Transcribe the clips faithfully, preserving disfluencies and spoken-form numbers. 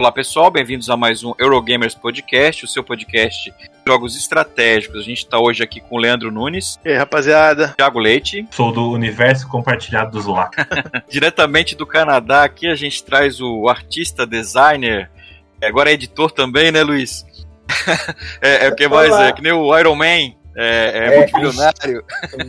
Olá pessoal, bem-vindos a mais um Eurogamers Podcast, o seu podcast de jogos estratégicos. A gente está hoje aqui com o Leandro Nunes. E aí, rapaziada? Thiago Leite. Sou do Universo Compartilhado dos Lá. Diretamente do Canadá, aqui a gente traz o artista, designer, agora é editor também, né, Luiz? é, é o que mais? É que nem o Iron Man, é, é, é multimilionário.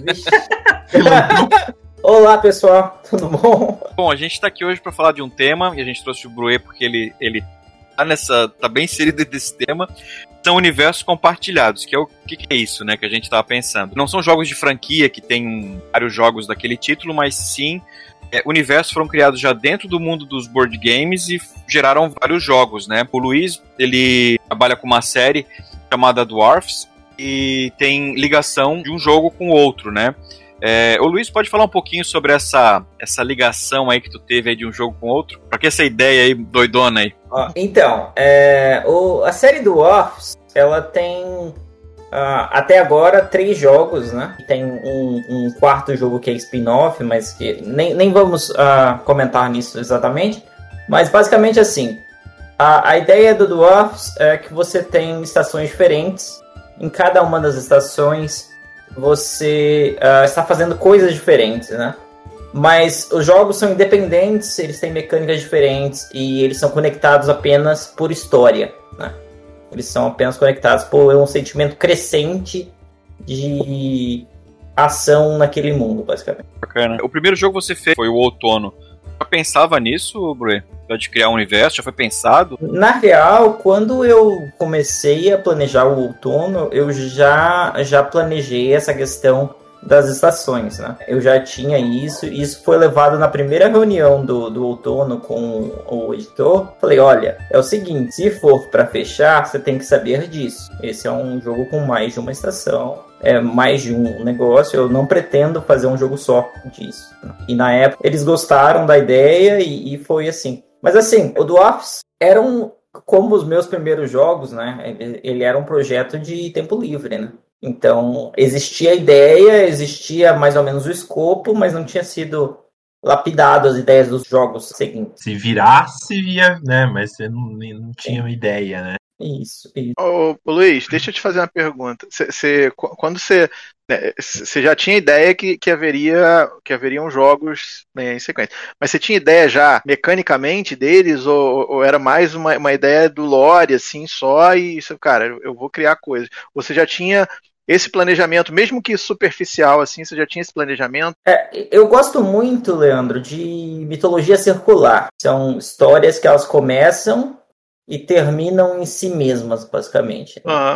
Olá pessoal, tudo bom? Bom, a gente está aqui hoje para falar de um tema, e a gente trouxe o Bruê porque ele, ele tá, nessa, tá bem inserido nesse tema. São universos compartilhados, que é o que, que é isso, né, que a gente estava pensando. Não são jogos de franquia que tem vários jogos daquele título, mas sim é, universos foram criados já dentro do mundo dos board games e geraram vários jogos, né. O Luiz, ele trabalha com uma série chamada Dwarfs e tem ligação de um jogo com o outro, né. É, o Luiz, pode falar um pouquinho sobre essa, essa ligação aí que tu teve aí de um jogo com outro? Pra que essa ideia aí, doidona aí? Então, é, o, a série do Dwarfs, ela tem uh, até agora três jogos, né? Tem um, um quarto jogo que é spin-off, mas que nem, nem vamos uh, comentar nisso exatamente. Mas basicamente assim, a, a ideia do Dwarfs é que você tem estações diferentes. Em cada uma das estações você uh, está fazendo coisas diferentes, né? Mas os jogos são independentes, eles têm mecânicas diferentes e eles são conectados apenas por história, né? Eles são apenas conectados por um sentimento crescente de ação naquele mundo, basicamente. Bacana. O primeiro jogo que você fez foi o Outono. Já pensava nisso, Bruê? De criar um universo? Já foi pensado? Na real, quando eu comecei a planejar o Outono, eu já, já planejei essa questão das estações, né? Eu já tinha isso, e isso foi levado na primeira reunião do, do Outono com o editor. Falei, olha, é o seguinte, se for para fechar, você tem que saber disso. Esse é um jogo com mais de uma estação, é mais de um negócio, eu não pretendo fazer um jogo só disso. E na época, eles gostaram da ideia e, e foi assim. Mas assim, o Dwarfs era um, como os meus primeiros jogos, né? Ele, ele era um projeto de tempo livre, né? Então, existia a ideia, existia mais ou menos o escopo, mas não tinha sido lapidado as ideias dos jogos seguintes. Se virasse, ia, né? Mas você não, não tinha uma ideia, né? Isso, isso. Ô, ô, Luiz, deixa eu te fazer uma pergunta. Cê, cê, quando você né, você já tinha ideia que, que, haveria, que haveriam jogos né, em sequência, mas você tinha ideia já mecanicamente deles ou, ou era mais uma, uma ideia do lore, assim, só e, cara, eu, eu vou criar coisas? Você já tinha esse planejamento, mesmo que superficial, assim, você já tinha esse planejamento? É, eu gosto muito, Leandro, de mitologia circular. São histórias que elas começam e terminam em si mesmas, basicamente. Uhum.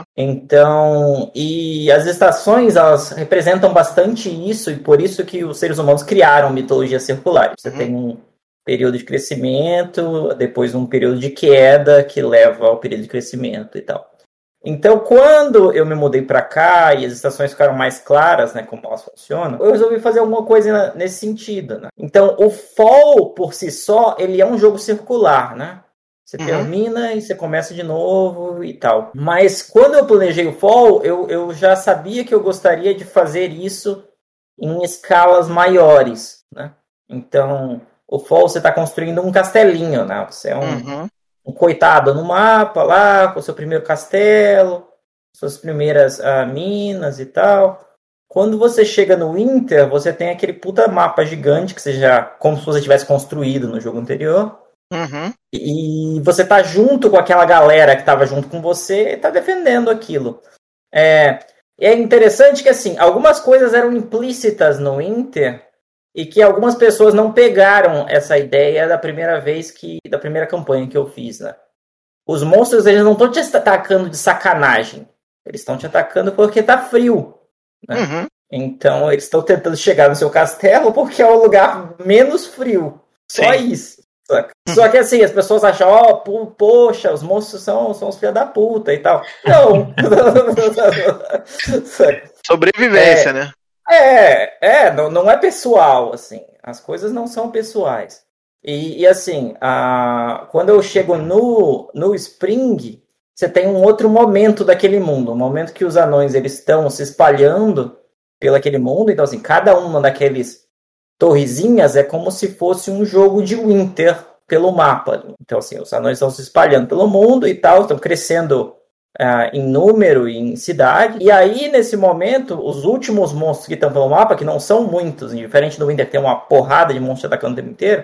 Então, e as estações, elas representam bastante isso, e por isso que os seres humanos criaram mitologia circular. Você uhum. tem um período de crescimento, depois um período de queda, que leva ao período de crescimento e tal. Então, quando eu me mudei para cá e as estações ficaram mais claras, né, como elas funcionam, eu resolvi fazer alguma coisa nesse sentido, né? Então, o Fall, por si só, ele é um jogo circular, né? Você uhum. termina e você começa de novo e tal. Mas quando eu planejei o Fall, eu, eu já sabia que eu gostaria de fazer isso em escalas maiores, né? Então, o Fall você está construindo um castelinho, né? Você é um, uhum. um coitado no mapa lá, com o seu primeiro castelo, suas primeiras uh, minas e tal. Quando você chega no Winter, você tem aquele puta mapa gigante que você já, como se você tivesse construído no jogo anterior. Uhum. E você tá junto com aquela galera que tava junto com você e tá defendendo aquilo. É, é interessante que, assim, algumas coisas eram implícitas no Inter e que algumas pessoas não pegaram essa ideia da primeira vez que... da primeira campanha que eu fiz, né? Os monstros, eles não estão te atacando de sacanagem. Eles estão te atacando porque tá frio, né? Uhum. Então, eles estão tentando chegar no seu castelo porque é o lugar menos frio. Só Sim. isso. Só que assim, as pessoas acham, ó, oh, poxa, os monstros são, são os filhos da puta e tal. Não. Sobrevivência, é, né? É, é não, não é pessoal, assim. As coisas não são pessoais. E, e assim, a, quando eu chego no, no Spring, você tem um outro momento daquele mundo. Um momento que os anões eles estão se espalhando pelo aquele mundo. Então, assim, cada uma daqueles torrezinhas é como se fosse um jogo de Winter pelo mapa. Então, assim, os anões estão se espalhando pelo mundo e tal, estão crescendo uh, em número e em cidade. E aí, nesse momento, os últimos monstros que estão pelo mapa, que não são muitos, diferente do Winter, que tem uma porrada de monstros atacando o tempo inteiro,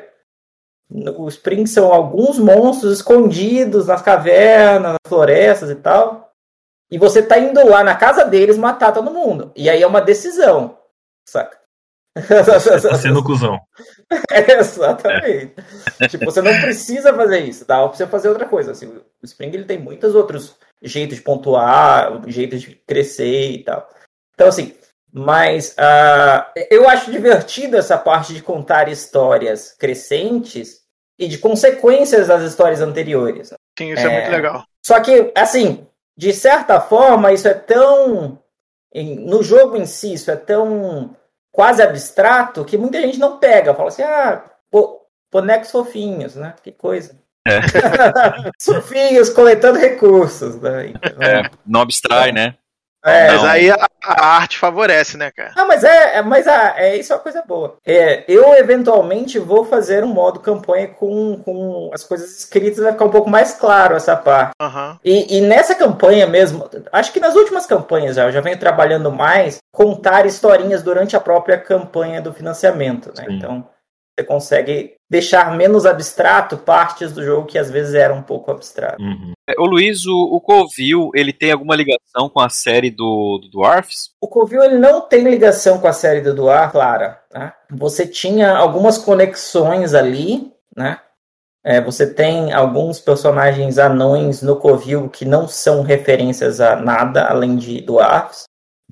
o Spring são alguns monstros escondidos nas cavernas, nas florestas e tal. E você tá indo lá na casa deles matar todo mundo. E aí é uma decisão, saca? Você tá sendo cuzão. É, exatamente. É. Tipo, você não precisa fazer isso, dá pra você fazer outra coisa. Assim, o Spring ele tem muitos outros jeitos de pontuar, jeitos de crescer e tal. Então, assim, mas uh, eu acho divertido essa parte de contar histórias crescentes e de consequências das histórias anteriores. Sim, isso é, é muito legal. Só que, assim, de certa forma, isso é tão... No jogo em si, isso é tão quase abstrato que muita gente não pega. Fala assim, ah, pô, bonecos fofinhos, né? Que coisa. É. Fofinhos coletando recursos. Né? Então, é, não abstrai, então, né? É, mas aí a, a arte favorece, né, cara? Ah, mas é, é mas a, é, isso é uma coisa boa. É, eu, eventualmente, vou fazer um modo campanha com, com as coisas escritas, vai ficar um pouco mais claro essa parte. Uhum. E, e nessa campanha mesmo, acho que nas últimas campanhas já, eu já venho trabalhando mais contar historinhas durante a própria campanha do financiamento, né? Então, você consegue deixar menos abstrato partes do jogo que às vezes eram um pouco abstrato. Uhum. Ô Luiz, o, o Covil, ele tem alguma ligação com a série do, do Dwarfs? O Covil, ele não tem ligação com a série do Dwarf, Clara. Né? Você tinha algumas conexões ali, né? É, você tem alguns personagens anões no Covil que não são referências a nada além de Dwarfs,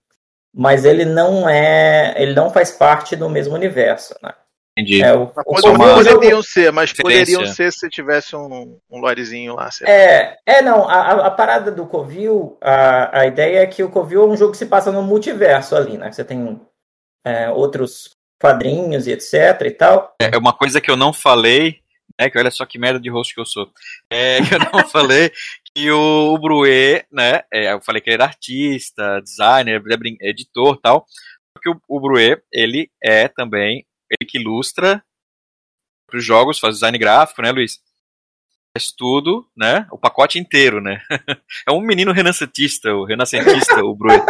mas ele não é, ele não faz parte do mesmo universo, né? Entendi. É, o, Pode, o poderiam ser, mas poderiam ser se tivesse um, um lorezinho lá. É, é, não, a, a parada do Covil, a, a ideia é que o Covil é um jogo que se passa no multiverso ali, né? Você tem é, outros quadrinhos e etc e tal. É uma coisa que eu não falei, né? Que olha só que merda de host que eu sou. É que eu não falei que o, o Bruet, né? É, eu falei que ele era artista, designer, editor e tal. Porque o, o Bruet, ele é também ele que ilustra para os jogos, faz design gráfico, né, Luiz? Faz tudo, né? O pacote inteiro, né? É um menino renascentista, o renascentista, o Bruet.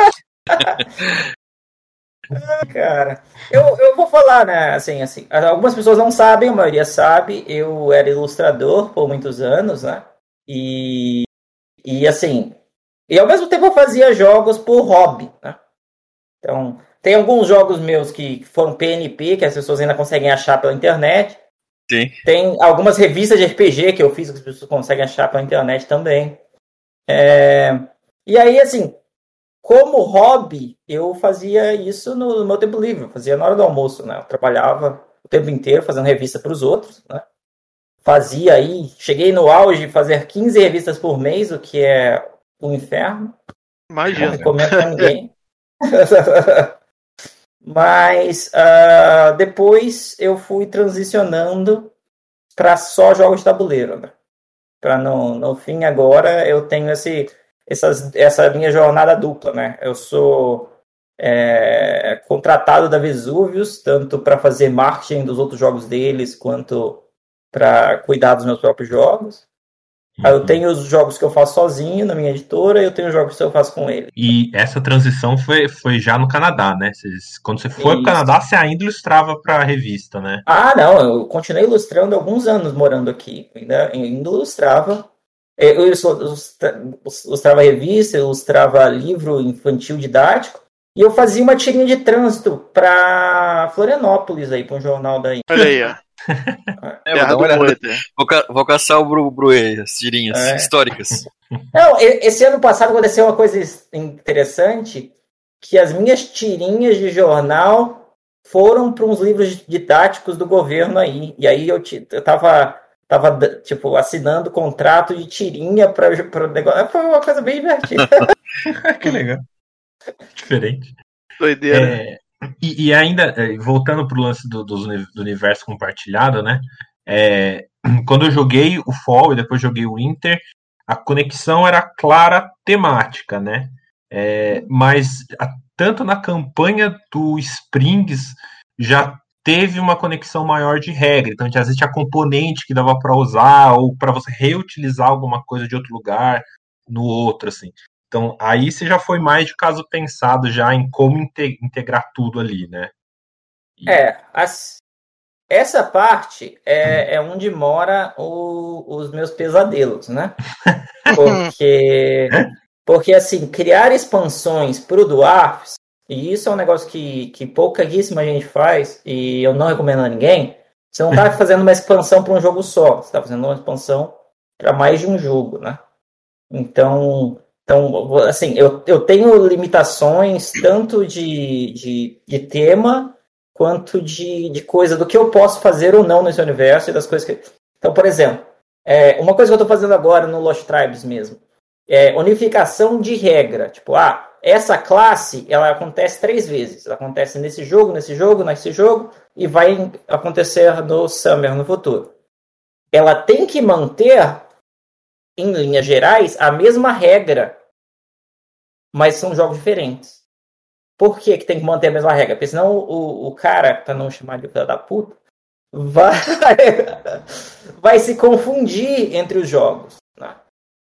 Cara, eu, eu vou falar, né, assim, assim, algumas pessoas não sabem, a maioria sabe, eu era ilustrador por muitos anos, né, e, e assim, e ao mesmo tempo eu fazia jogos por hobby, né, então, tem alguns jogos meus que foram P N P, que as pessoas ainda conseguem achar pela internet. Sim. Tem algumas revistas de R P G que eu fiz que as pessoas conseguem achar pela internet também. É... E aí, assim, como hobby, eu fazia isso no meu tempo livre. Eu fazia na hora do almoço, né? Eu trabalhava o tempo inteiro fazendo revista para os outros, né? Fazia aí... Cheguei no auge de fazer quinze revistas por mês, o que é um inferno. Imagina. Não recomendo pra ninguém. Mas uh, depois eu fui transicionando para só jogos de tabuleiro, né? Para no, no fim agora eu tenho esse, essas, essa minha jornada dupla, né? Eu sou é, contratado da Vesuvius, tanto para fazer marketing dos outros jogos deles, quanto para cuidar dos meus próprios jogos. Aí eu tenho os jogos que eu faço sozinho na minha editora e eu tenho os jogos que eu faço com ele. E essa transição foi, foi já no Canadá, né? Cês, quando você foi pro Canadá, você ainda ilustrava pra revista, né? Ah, não, eu continuei ilustrando alguns anos morando aqui. Ainda, ainda ilustrava. Eu ilustrava revista, eu ilustrava livro infantil didático. E eu fazia uma tirinha de trânsito pra Florianópolis aí, pra um jornal daí. Olha aí, ó. É, vou, dar uma olhada. Vou, ca- vou caçar o Bru, Bruet, as tirinhas é. históricas. Não, esse ano passado aconteceu uma coisa interessante, que as minhas tirinhas de jornal foram para uns livros didáticos do governo aí. E aí eu, t- eu tava, tava tipo, assinando contrato de tirinha para o negócio. Foi uma coisa bem divertida. Que legal. Diferente. Doideira. É... E, e ainda, voltando pro lance do, do, do universo compartilhado, né? É, quando eu joguei o Fall e depois joguei o Winter, a conexão era clara temática, né? É, mas a, tanto na campanha do Springs já teve uma conexão maior de regra. Então, às vezes tinha componente que dava para usar ou para você reutilizar alguma coisa de outro lugar no outro, assim. Então, aí você já foi mais de caso pensado já em como integrar tudo ali, né? E... É, as, essa parte é, é onde mora o, os meus pesadelos, né? Porque, porque assim, criar expansões para o Dwarfs, e isso é um negócio que, que pouquíssima gente faz, e eu não recomendo a ninguém. Você não está fazendo uma expansão para um jogo só, você está fazendo uma expansão para mais de um jogo, né? Então, então assim, eu, eu tenho limitações tanto de, de, de tema quanto de, de coisa do que eu posso fazer ou não nesse universo e das coisas que... Então, por exemplo, é, uma coisa que eu estou fazendo agora no Lost Tribes mesmo, é unificação de regra. Tipo, ah, essa classe, ela acontece três vezes. Ela acontece nesse jogo, nesse jogo, nesse jogo, e vai acontecer no Summer, no futuro. Ela tem que manter, em linhas gerais, a mesma regra, mas são jogos diferentes. Por que que tem que manter a mesma regra? Porque senão o, o cara, pra não chamar de filho da puta, vai, vai se confundir entre os jogos. Né?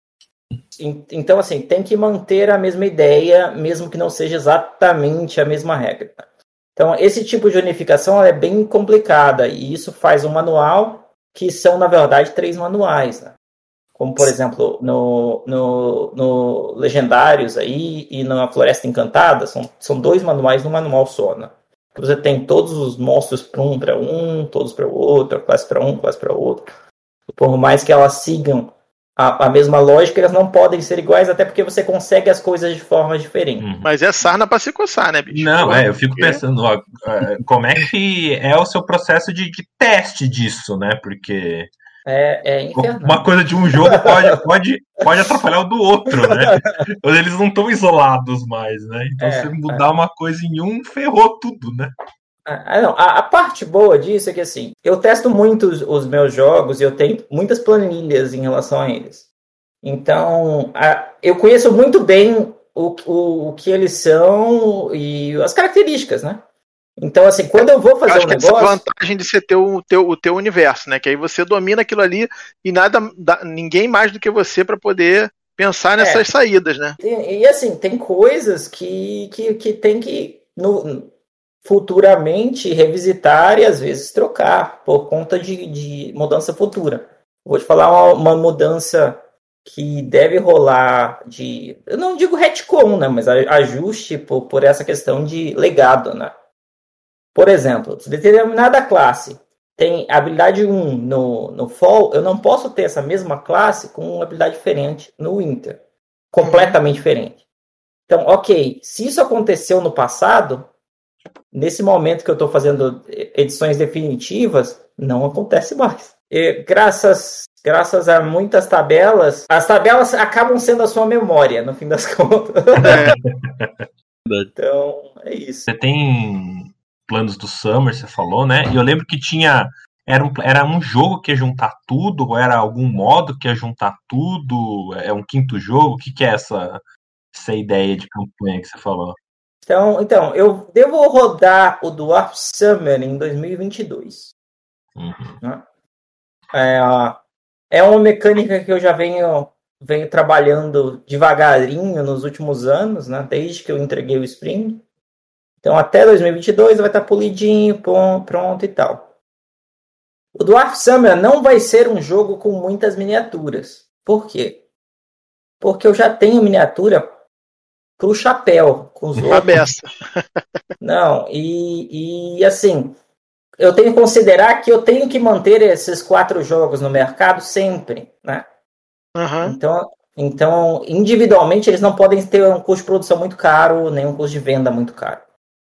Então, assim, tem que manter a mesma ideia, mesmo que não seja exatamente a mesma regra. Então, esse tipo de unificação é bem complicada, e isso faz um manual que são, na verdade, três manuais. Né? Como, por exemplo, no, no, no Legendários aí, e na Floresta Encantada, são, são dois manuais num manual só. Né? Você tem todos os monstros para um para um, todos para o outro, classe para um, classe para outro. Por mais que elas sigam a, a mesma lógica, elas não podem ser iguais, até porque você consegue as coisas de forma diferente. Hum. Mas é sarna para se coçar, né, bicho? Não, é, eu fico pensando, ó, como é que é o seu processo de, de teste disso, né? Porque é, é infernal. Uma coisa de um jogo pode, pode, pode atrapalhar o do outro, né? Eles não estão isolados mais, né? Então, é, se mudar é. uma coisa em um, ferrou tudo, né? Ah, não. A, a parte boa disso é que, assim, eu testo muito os, os meus jogos e eu tenho muitas planilhas em relação a eles. Então, a, eu conheço muito bem o, o, o que eles são e as características, né? Então, assim, quando eu vou fazer eu acho um que negócio... essa vantagem de você ter o teu, o teu universo, né? Que aí você domina aquilo ali e nada, ninguém mais do que você para poder pensar nessas é. saídas, né? E, e, assim, tem coisas que, que, que tem que... No, futuramente revisitar e às vezes trocar por conta de, de mudança futura. Vou te falar uma, uma mudança que deve rolar de, eu não digo retcon, né, mas ajuste por, por essa questão de legado, né? Por exemplo, se determinada classe tem habilidade um no, no Fall, eu não posso ter essa mesma classe com uma habilidade diferente no Winter. Completamente uhum. diferente. Então, ok, se isso aconteceu no passado, nesse momento que eu estou fazendo edições definitivas, não acontece mais. E graças, graças a muitas tabelas, as tabelas acabam sendo a sua memória, no fim das contas. É. Então, é isso. Você tem planos do Summer, você falou, né? E eu lembro que tinha... Era um, era um jogo que ia juntar tudo, ou era algum modo que ia juntar tudo? É um quinto jogo? O que, que é essa, essa ideia de campanha que você falou? Então, então, eu devo rodar o Dwarf Summer em dois mil e vinte e dois. Uhum. Né? É, é uma mecânica que eu já venho, venho trabalhando devagarinho nos últimos anos, né? Desde que eu entreguei o Spring. Então, até dois mil e vinte e dois vai estar polidinho, pronto e tal. O Dwarf Summer não vai ser um jogo com muitas miniaturas. Por quê? Porque eu já tenho miniatura pro chapéu, com os outros. Beça. Não, e, e assim, eu tenho que considerar que eu tenho que manter esses quatro jogos no mercado sempre, né? Uhum. Então, então, individualmente, eles não podem ter um custo de produção muito caro, nem um custo de venda muito caro.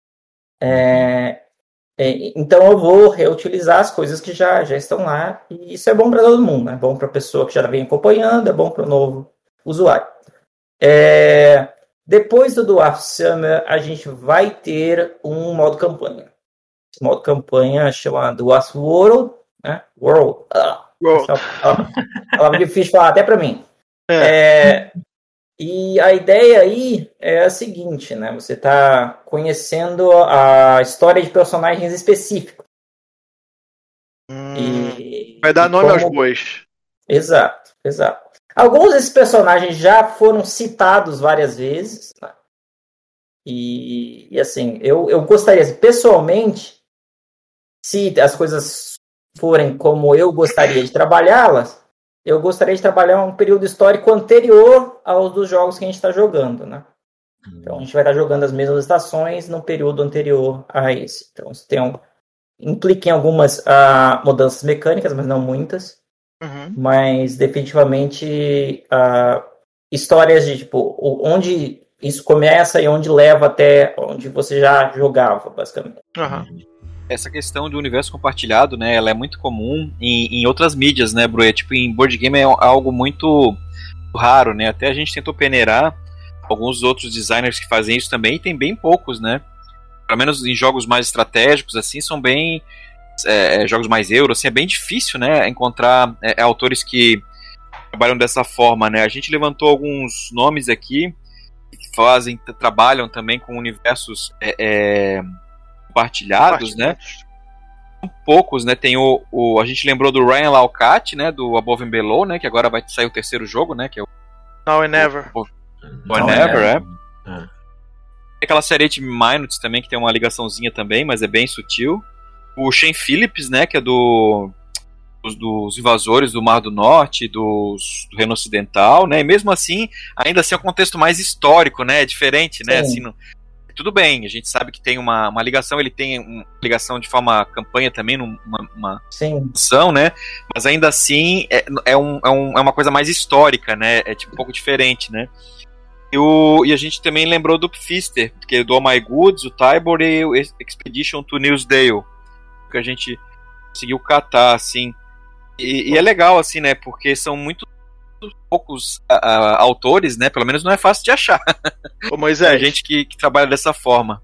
É, é, então, eu vou reutilizar as coisas que já, já estão lá, e isso é bom para todo mundo, né? É bom para a pessoa que já vem acompanhando, é bom para o novo usuário. É... Depois do Dwarf Summer, a gente vai ter um modo campanha. Esse modo campanha chama Dwarf World, né? World. Ah, World. Ela é difícil de falar até para mim. É. É, e a ideia aí é a seguinte, né? Você está conhecendo a história de personagens específicos. Hum, E, vai dar e nome como... aos bois. Exato, exato. Alguns desses personagens já foram citados várias vezes, né? E, e assim, eu, eu gostaria, pessoalmente, se as coisas forem como eu gostaria de trabalhá-las, eu gostaria de trabalhar um período histórico anterior aos dos jogos que a gente está jogando, né? Então a gente vai estar jogando as mesmas estações no período anterior a esse. Então isso tem um, implica em algumas uh, mudanças mecânicas, mas não muitas. Uhum. Mas definitivamente uh, histórias de tipo onde isso começa e onde leva até onde você já jogava, basicamente. Uhum. Essa questão do universo compartilhado, né, ela é muito comum em, em outras mídias, né, Bruê? Tipo, em board game é algo muito raro, né? Até a gente tentou peneirar alguns outros designers que fazem isso também, e tem bem poucos, né? Pelo menos em jogos mais estratégicos, assim, são bem... É, jogos mais euro, assim, é bem difícil, né, encontrar é, autores que trabalham dessa forma, né? A gente levantou alguns nomes aqui que fazem, trabalham também com universos é, é, compartilhados, né? São poucos, né? Tem o, o a gente lembrou do Ryan Laukat, né, do Above and Below, né, que agora vai sair o terceiro jogo, né, que é o Now and Never. O, o, Now and Never, é. é. Tem aquela série de Minutes também que tem uma ligaçãozinha também, mas é bem sutil. O Shane Phillips, né, que é do dos, dos invasores do Mar do Norte, dos, do Reino Ocidental, né, e mesmo assim, ainda assim é um contexto mais histórico, né, diferente, né, assim, no, tudo bem, a gente sabe que tem uma, uma ligação, ele tem uma ligação de forma campanha também, uma, uma ação, né, mas ainda assim é, é, um, é, um, é uma coisa mais histórica, né, é tipo um pouco diferente, né. E, o, e a gente também lembrou do Pfister, que é do All My Goods, o Tybor e o Expedition to Newsdale, que a gente conseguiu catar, assim, e, e é legal, assim, né, porque são muito poucos a, a, autores, né, pelo menos não é fácil de achar. Ô Moisés, é gente que, que trabalha dessa forma.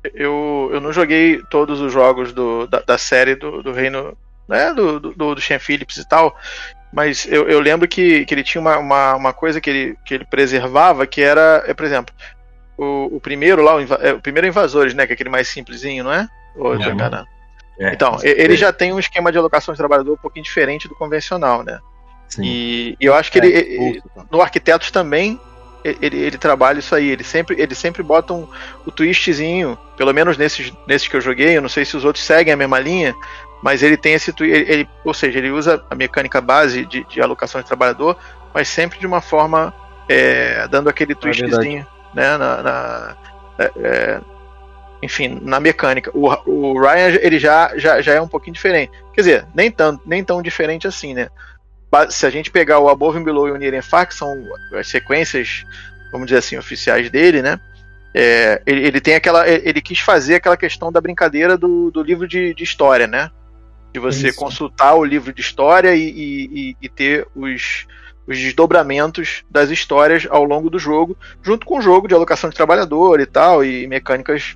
Eu, eu não joguei todos os jogos do, da, da série do, do Reino, né, do, do, do Shane Phillips e tal, mas eu, eu lembro que, que ele tinha uma, uma, uma coisa que ele, que ele preservava, que era, é, por exemplo, o, o primeiro lá, o, é, o primeiro Invasores, né, que é aquele mais simplesinho, não é? Ou eu tô enganando? É, então, ele é. já tem um esquema de alocação de trabalhador um pouquinho diferente do convencional, né? Sim. E, e eu acho que é, ele, ele no Arquitetos também ele, ele trabalha isso aí. Ele sempre, ele sempre bota um, o twistzinho, pelo menos nesses, nesses que eu joguei. Eu não sei se os outros seguem a mesma linha, mas ele tem esse ele, ele, ou seja, ele usa a mecânica base de, de alocação de trabalhador, mas sempre de uma forma é, dando aquele twistzinho, é né? Na, na é, enfim, na mecânica. O, o Ryan, ele já, já, já é um pouquinho diferente. Quer dizer, nem tão, nem tão diferente assim, né? Se a gente pegar o Above and Below e o Near and Far, que são as sequências, vamos dizer assim, oficiais dele, né? É, ele, ele tem aquela... Ele quis fazer aquela questão da brincadeira do, do livro de, de história, né? De você Isso. consultar o livro de história e, e, e ter os, os desdobramentos das histórias ao longo do jogo, junto com o jogo de alocação de trabalhador e tal, e mecânicas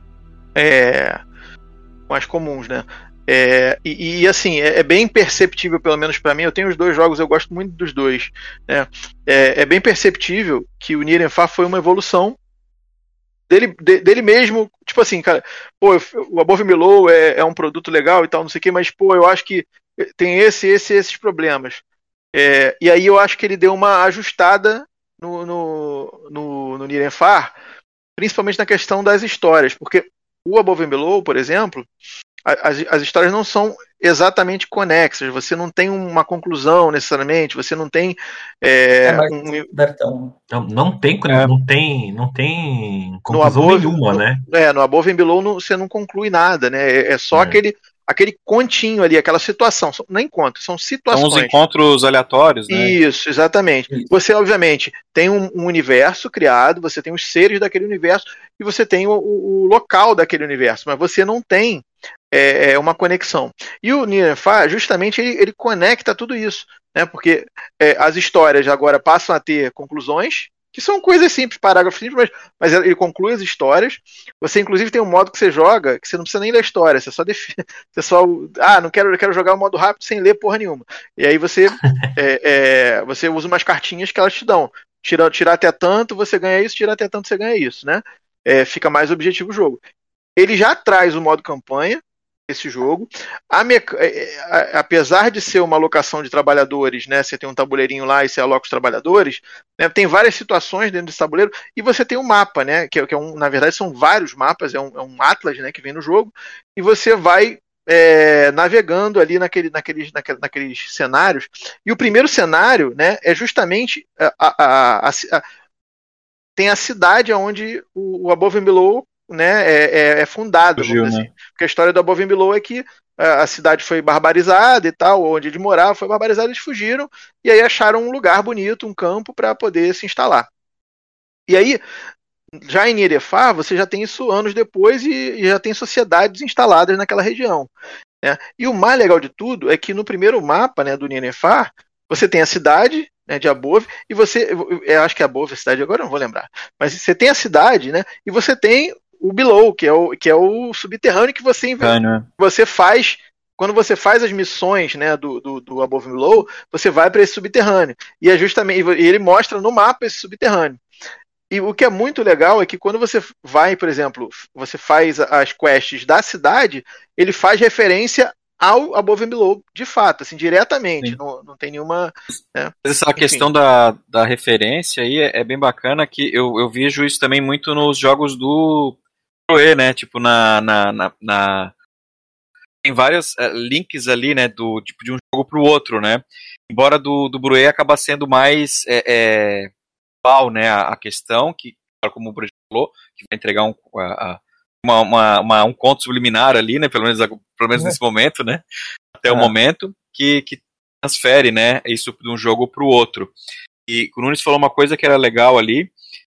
É, mais comuns, né? É, e, e assim, é, é bem perceptível, pelo menos pra mim, eu tenho os dois jogos, eu gosto muito dos dois, né? É, é bem perceptível que o Near and Far foi uma evolução dele, de, dele mesmo, tipo assim, cara, pô, o Above and Below é, é um produto legal e tal, não sei o que, mas pô, eu acho que tem esse, esse, esses problemas. É, e aí eu acho que ele deu uma ajustada no, no, no, no Near and Far, principalmente na questão das histórias, porque o Above and Below, por exemplo, as, as histórias não são exatamente conexas, você não tem uma conclusão necessariamente, você não tem é, é, um... Bertão. Não, não tem é. não tem não tem conclusão Above, nenhuma, no, né? É, no Above and Below não, você não conclui nada, né? É, é só é. aquele aquele continho ali, aquela situação, não é encontro, são situações. São os encontros aleatórios, né? Isso, exatamente. Isso. Você, obviamente, tem um, um universo criado, você tem os seres daquele universo e você tem o, o local daquele universo, mas você não tem é, uma conexão. E o Near and Far, justamente, ele, ele conecta tudo isso, né? Porque é, as histórias agora passam a ter conclusões, que são coisas simples, parágrafos simples, mas, mas ele conclui as histórias. Você, inclusive, tem um modo que você joga, que você não precisa nem ler a história, você só define, você só, ah, não quero, eu quero jogar o modo rápido sem ler porra nenhuma. E aí você, é, é, você usa umas cartinhas que elas te dão. Tira, tira até tanto, você ganha isso, tira até tanto, você ganha isso, né? É, fica mais objetivo o jogo. Ele já traz o modo campanha, esse jogo. A meca... Apesar de ser uma alocação de trabalhadores, né? Você tem um tabuleirinho lá e você aloca os trabalhadores, né? Tem várias situações dentro desse tabuleiro e você tem um mapa, né? Que é um, na verdade são vários mapas, é um, é um atlas, né? Que vem no jogo e você vai é, navegando ali naquele, naqueles, naqueles, naqueles cenários. E o primeiro cenário, né? É justamente a, a, a, a, a tem a cidade onde o, o Above and Below, né, é, é, é fundado, Fugiu, vamos dizer né? assim. Porque a história do Above and Below é que a, a cidade foi barbarizada e tal, onde eles moravam foi barbarizada, eles fugiram e aí acharam um lugar bonito, um campo para poder se instalar. E aí, já em Nierefar, você já tem isso anos depois e, e já tem sociedades instaladas naquela região, né? E o mais legal de tudo é que no primeiro mapa, né, do Nierefar, você tem a cidade, né, de Above, e você, eu acho que é Above a cidade, agora eu não vou lembrar, mas você tem a cidade, né, e você tem o Below, que é o, que é o subterrâneo que você, Subterrâneo. você faz, quando você faz as missões, né, do, do, do Above and Below, você vai para esse subterrâneo, e é justamente, e ele mostra no mapa esse subterrâneo. E o que é muito legal é que quando você vai, por exemplo, você faz as quests da cidade, ele faz referência ao Above and Below, de fato, assim, diretamente, não, não tem nenhuma... Né? Essa questão da, da referência aí é, é bem bacana, que eu, eu vejo isso também muito nos jogos do Proe, né, tipo, na... na, na, na... tem vários uh, links ali, né, do, tipo, de um jogo pro outro, né, embora do, do Brué acaba sendo mais é, é, pau, né, a, a questão, que, como o Bruno falou, que vai entregar um... A, a, Uma, uma, uma, um conto subliminar ali, né? Pelo menos, pelo menos nesse momento, né? Até é. o momento que, que transfere, né? Isso de um jogo para o outro. E o Nunes falou uma coisa que era legal ali,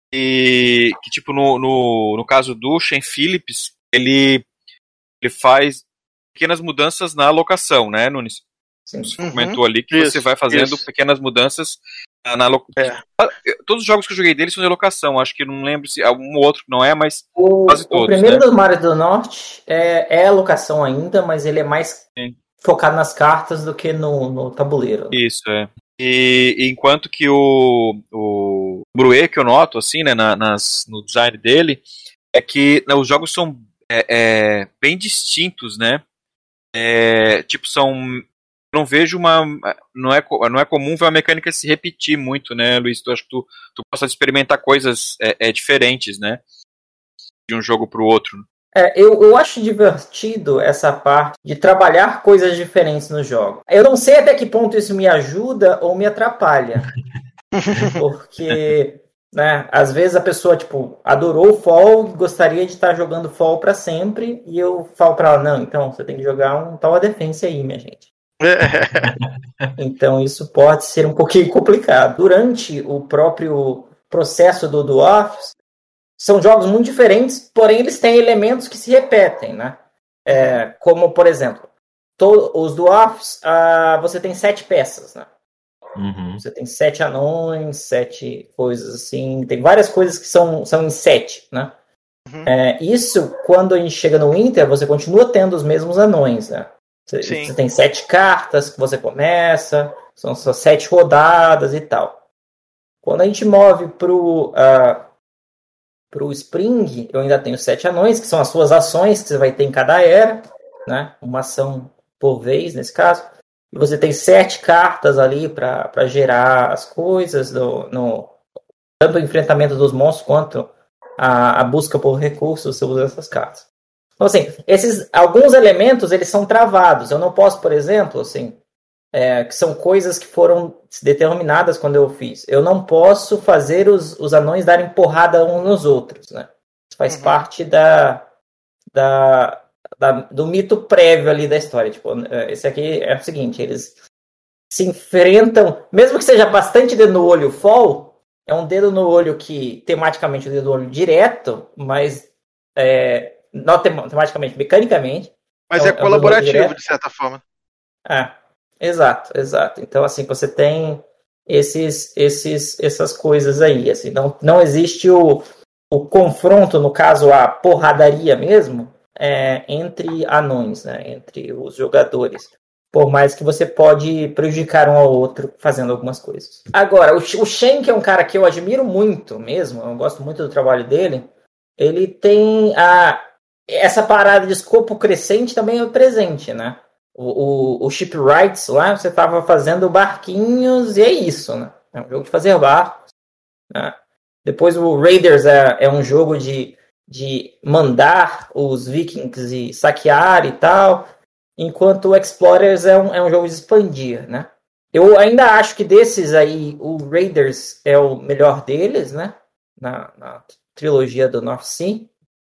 e que tipo no, no, no caso do Shane Phillips, ele, ele faz pequenas mudanças na alocação, né, Nunes? Sim. Você Uhum. comentou ali que isso, você vai fazendo isso. pequenas mudanças na locação. É. Todos os jogos que eu joguei dele são de locação. Acho que não lembro se algum outro que não é, mas o, quase todos. O primeiro né? do Mario do Norte é, é locação ainda, mas ele é mais Sim. focado nas cartas do que no, no tabuleiro. Isso, é. E, e enquanto que o, o Brué, que eu noto, assim, né, na, nas, no design dele, é que né, os jogos são é, é, bem distintos, né? É, tipo, são... não vejo uma... Não é, não é comum ver uma mecânica se repetir muito, né, Luiz? Tu acho que tu, tu possa experimentar coisas é, é, diferentes, né? De um jogo pro outro. É, eu, eu acho divertido essa parte de trabalhar coisas diferentes no jogo. Eu não sei até que ponto isso me ajuda ou me atrapalha. Porque, né, às vezes a pessoa, tipo, adorou o Fall, gostaria de estar jogando Fall pra sempre, e eu falo pra ela, não, então, você tem que jogar um Tower Defense aí, minha gente. Então isso pode ser um pouquinho complicado. Durante o próprio processo do Dwarfs, são jogos muito diferentes, porém eles têm elementos que se repetem, né? É, como, por exemplo, to- os Dwarfs, ah, você tem sete peças, né? Uhum. Você tem sete anões, sete coisas assim, tem várias coisas que são, são em sete, né? Uhum. É, isso, quando a gente chega no Winter, você continua tendo os mesmos anões, né? Você, você tem sete cartas que você começa, são só sete rodadas e tal. Quando a gente move pro, uh, pro Spring, eu ainda tenho sete anões, que são as suas ações que você vai ter em cada era, né? Uma ação por vez, nesse caso. E você tem sete cartas ali para gerar as coisas, no, no, tanto o enfrentamento dos monstros quanto a, a busca por recursos, você usa essas cartas. Então, assim, esses, alguns elementos, eles são travados. Eu não posso, por exemplo, assim, é, que são coisas que foram determinadas quando eu fiz. Eu não posso fazer os, os anões darem porrada uns nos outros, né? Isso faz uhum. parte da, da, da, do mito prévio ali da história. Tipo, esse aqui é o seguinte, eles se enfrentam, mesmo que seja bastante dedo no olho fall, é um dedo no olho que, tematicamente, é um dedo no olho direto, mas... É, não tematicamente, mecanicamente. Mas então, é colaborativo, de certa forma. É, exato, exato. Então, assim, você tem esses, esses, essas coisas aí. Assim, não, não existe o, o confronto, no caso, a porradaria mesmo, é, entre anões, né, entre os jogadores. Por mais que você pode prejudicar um ao outro fazendo algumas coisas. Agora, o, o Shen, que é um cara que eu admiro muito mesmo, eu gosto muito do trabalho dele, ele tem a... essa parada de escopo crescente também é presente, né? O, o, o Shipwrights lá, você estava fazendo barquinhos e é isso, né? É um jogo de fazer barcos. Né? Depois o Raiders é, é um jogo de, de mandar os vikings e saquear e tal, enquanto o Explorers é um, é um jogo de expandir, né? Eu ainda acho que desses aí, o Raiders é o melhor deles, né? Na, na trilogia do North Sea.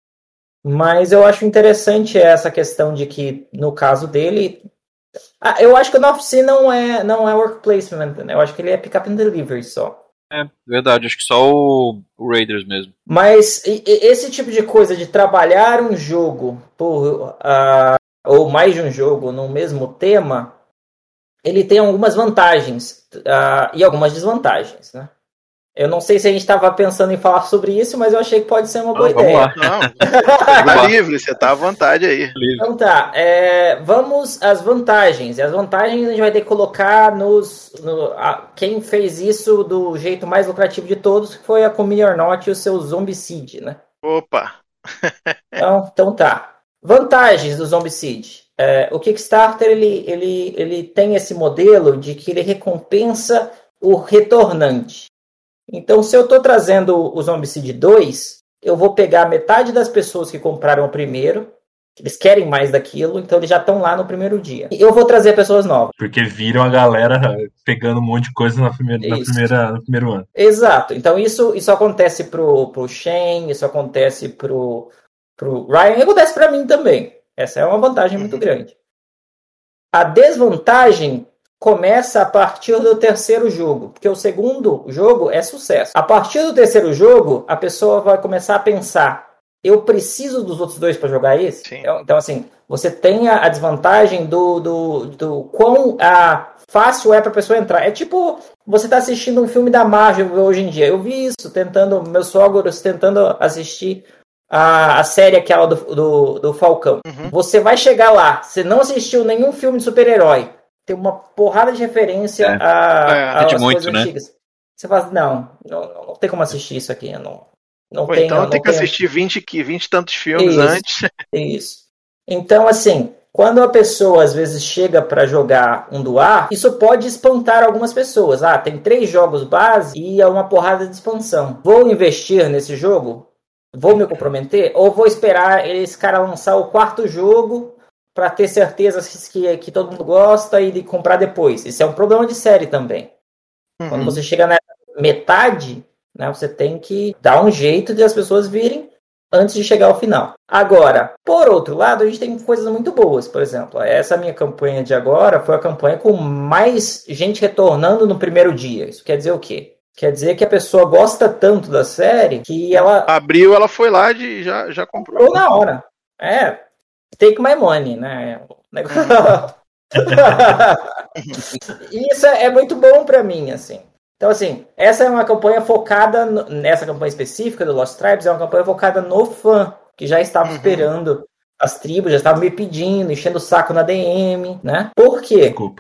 Mas eu acho interessante essa questão de que, no caso dele... Ah, eu acho que o North Sea não é, não é work placement, né? Eu acho que ele é pick up and delivery só. É, verdade. Acho que só o, o Raiders mesmo. Mas e, e, esse tipo de coisa de trabalhar um jogo por, uh, ou mais de um jogo no mesmo tema, ele tem algumas vantagens uh, e algumas desvantagens, né? Eu não sei se a gente estava pensando em falar sobre isso, mas eu achei que pode ser uma boa não, ideia. Vamos lá. Não, tá livre, você tá à vontade aí. Então tá, é, vamos às vantagens. E as vantagens a gente vai ter que colocar nos... No, a, quem fez isso do jeito mais lucrativo de todos, que foi a Come or Not e o seu Zombicide, né? Opa! Então, então tá. Vantagens do Zombicide. É, o Kickstarter, ele, ele, ele tem esse modelo de que ele recompensa o retornante. Então, se eu estou trazendo o Zombicide dois, eu vou pegar metade das pessoas que compraram o primeiro, eles querem mais daquilo, então eles já estão lá no primeiro dia. E eu vou trazer pessoas novas. Porque viram a galera pegando um monte de coisa na primeira, na primeira, no primeiro ano. Exato. Então, isso, isso acontece pro, pro Shane, isso acontece pro, pro Ryan, e acontece para mim também. Essa é uma vantagem muito grande. A desvantagem começa a partir do terceiro jogo, porque o segundo jogo é sucesso. A partir do terceiro jogo, a pessoa vai começar a pensar, eu preciso dos outros dois para jogar esse? Sim. Então, assim, você tem a desvantagem do, do, do quão a, fácil é para a pessoa entrar. É tipo, você tá assistindo um filme da Marvel hoje em dia. Eu vi isso, tentando, meus sogros tentando assistir a, a série aquela do, do, do Falcão. Uhum. Você vai chegar lá, você não assistiu nenhum filme de super-herói, tem uma porrada de referência é. a, é, a, a as muito, coisas né? antigas. Você fala, não, não, não tem como assistir isso aqui. Não, não Pô, tem, então não tem que tem... assistir vinte, vinte e tantos filmes isso, antes. Isso. Então, assim, quando a pessoa às vezes chega para jogar um doar, isso pode espantar algumas pessoas. Ah, tem três jogos base e é uma porrada de expansão. Vou investir nesse jogo? Vou me comprometer? Ou vou esperar esse cara lançar o quarto jogo para ter certeza que, que todo mundo gosta e de comprar depois? Isso é um problema de série também. Uhum. Quando você chega na metade, né, você tem que dar um jeito de as pessoas virem antes de chegar ao final. Agora, por outro lado, a gente tem coisas muito boas. Por exemplo, essa minha campanha de agora foi a campanha com mais gente retornando no primeiro dia. Isso quer dizer o quê? Quer dizer que a pessoa gosta tanto da série que ela... Abriu, ela foi lá e já, já comprou. Comprou na hora. É, take my money, né? Isso é muito bom pra mim, assim. Então, assim, essa é uma campanha focada, no, nessa campanha específica do Lost Tribes, é uma campanha focada no fã, que já estava uhum. esperando as tribos, já estavam me pedindo, enchendo o saco na D M, né? Por quê? Desculpa.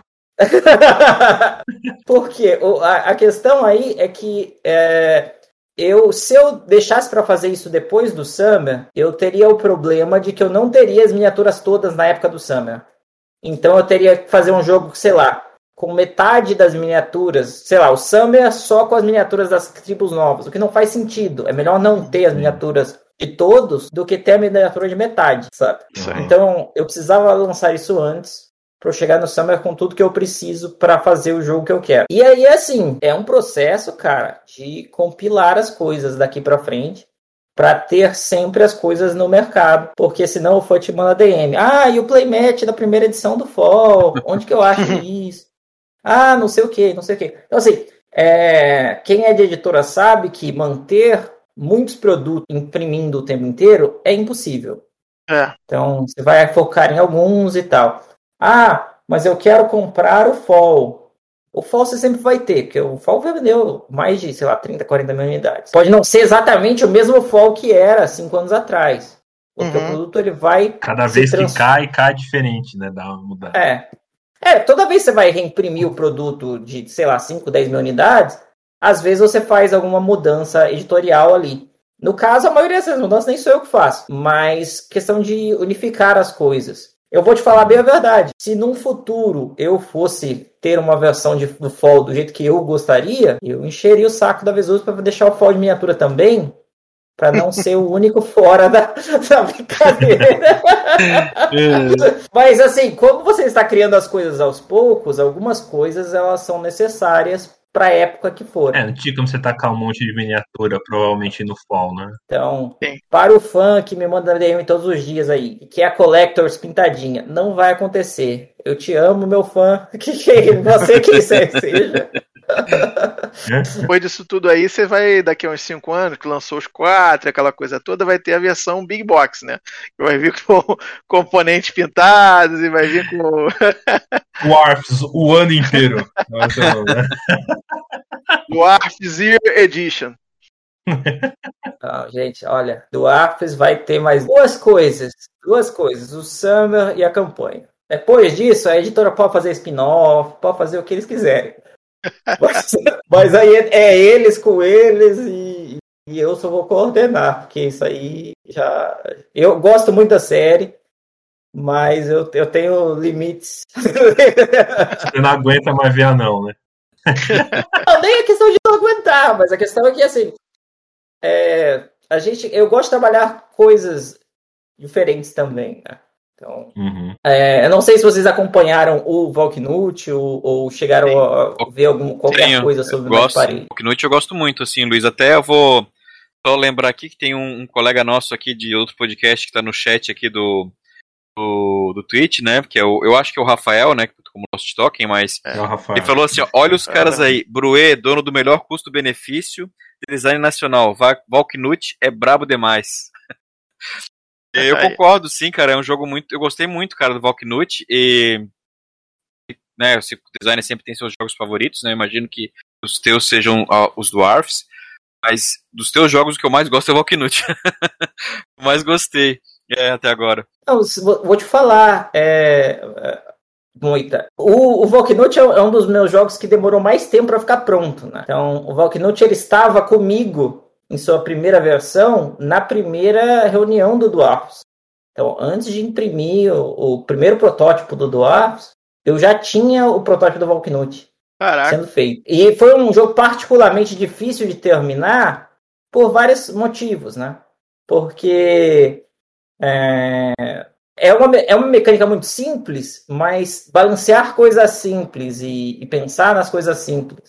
Porque a, a questão aí é que é, eu, se eu deixasse para fazer isso depois do Summer, eu teria o problema de que eu não teria as miniaturas todas na época do Summer. Então eu teria que fazer um jogo, sei lá, com metade das miniaturas, sei lá, o Summer só com as miniaturas das tribos novas, o que não faz sentido. É melhor não ter as miniaturas de todos do que ter a miniatura de metade, sabe? Sim. Então eu precisava lançar isso antes para eu chegar no Summer com tudo que eu preciso para fazer o jogo que eu quero. E aí, assim, é um processo, cara, de compilar as coisas daqui para frente para ter sempre as coisas no mercado, porque senão o fã te manda D M. Ah, e o playmatch da primeira edição do Fall? Onde que eu acho isso? Ah, não sei o que, não sei o que. Então, assim, é... quem é de editora sabe que manter muitos produtos imprimindo o tempo inteiro é impossível. É. Então, você vai focar em alguns e tal. Ah, mas eu quero comprar o Fall. O Fall você sempre vai ter, porque o Fall vendeu mais de, sei lá, trinta, quarenta mil unidades. Pode não ser exatamente o mesmo Fall que era cinco anos atrás. Porque uhum. o produto ele vai... Cada vez trans... que cai, cai diferente, né? Dá uma mudada. É. É, toda vez que você vai reimprimir o produto de, sei lá, cinco, dez mil unidades, às vezes você faz alguma mudança editorial ali. No caso, a maioria dessas mudanças nem sou eu que faço, mas questão de unificar as coisas. Eu vou te falar bem a verdade. Se num futuro eu fosse ter uma versão de, do Fall do jeito que eu gostaria, eu encheria o saco da Vesuvius para deixar o Fall de miniatura também, para não ser o único fora da, da brincadeira. Mas assim, como você está criando as coisas aos poucos, algumas coisas elas são necessárias para a época que for. É, não tinha como você tacar um monte de miniatura, provavelmente no Fall, né? Então, Sim. para o fã que me manda D M todos os dias aí, que é a Collectors pintadinha, não vai acontecer. Eu te amo, meu fã, que você que seja. Depois disso tudo aí, você vai, daqui a uns cinco anos, que lançou os quatro, aquela coisa toda, vai ter a versão Big Box, né? Vai vir com componentes pintados e vai vir com... Dwarfs, o ano inteiro. Nossa, não, né? Dwarfs Year Edition. Não, gente, olha, Dwarfs vai ter mais duas coisas. Duas coisas, o Summer e a campanha. Depois disso, a editora pode fazer spin-off, pode fazer o que eles quiserem. Mas, mas aí é, é eles com eles e, e eu só vou coordenar, porque isso aí já... Eu gosto muito da série, mas eu, eu tenho limites. Você não aguenta mais ver não, né? Não, nem a questão de não aguentar, mas a questão é que, assim, é, a gente, eu gosto de trabalhar coisas diferentes também, né? Então, uhum. é, eu não sei se vocês acompanharam o Valknut ou, ou chegaram Sim. a ver algum, qualquer Tenho. coisa sobre o Magic Parade. Valknut eu gosto muito, assim, Luiz. Até eu vou só lembrar aqui que tem um, um colega nosso aqui de outro podcast que está no chat aqui do, do, do Twitch, né? Que é o, eu acho que é o Rafael, né? Como Lost Token, mas é ele falou assim: ó, olha os caras aí, Bruet, dono do melhor custo-benefício, design nacional. Valknut é brabo demais. Eu concordo, sim, cara. É um jogo muito. Eu gostei muito, cara, do Valknut. E. Né, o designer sempre tem seus jogos favoritos, né? Eu imagino que os teus sejam uh, os Dwarfs. Mas dos teus jogos, o que eu mais gosto é o Valknut. Eu mais gostei é, até agora. Não, vou te falar. É, muita. O, o Valknut é um dos meus jogos que demorou mais tempo para ficar pronto, né? Então, o Valknut ele estava comigo em sua primeira versão, na primeira reunião do Dwarfs. Então, antes de imprimir o, o primeiro protótipo do Dwarfs, eu já tinha o protótipo do Valknut sendo feito. E foi um jogo particularmente difícil de terminar por vários motivos, né? Porque é, é, uma, é uma mecânica muito simples, mas balancear coisas simples e, e pensar nas coisas simples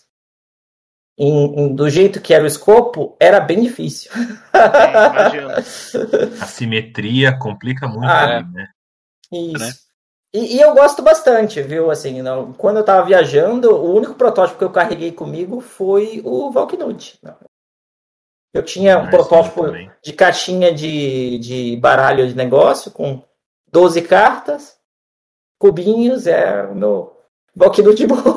Em, em, do jeito que era o escopo, era bem difícil. É, imagino. A simetria complica muito, ah, ali, né? Isso. Né? E, e eu gosto bastante, viu? Assim, não, quando eu tava viajando, o único protótipo que eu carreguei comigo foi o Valknut. Eu tinha um ah, protótipo de caixinha de, de baralho de negócio com doze cartas, cubinhos, é o meu... Valknut de boa.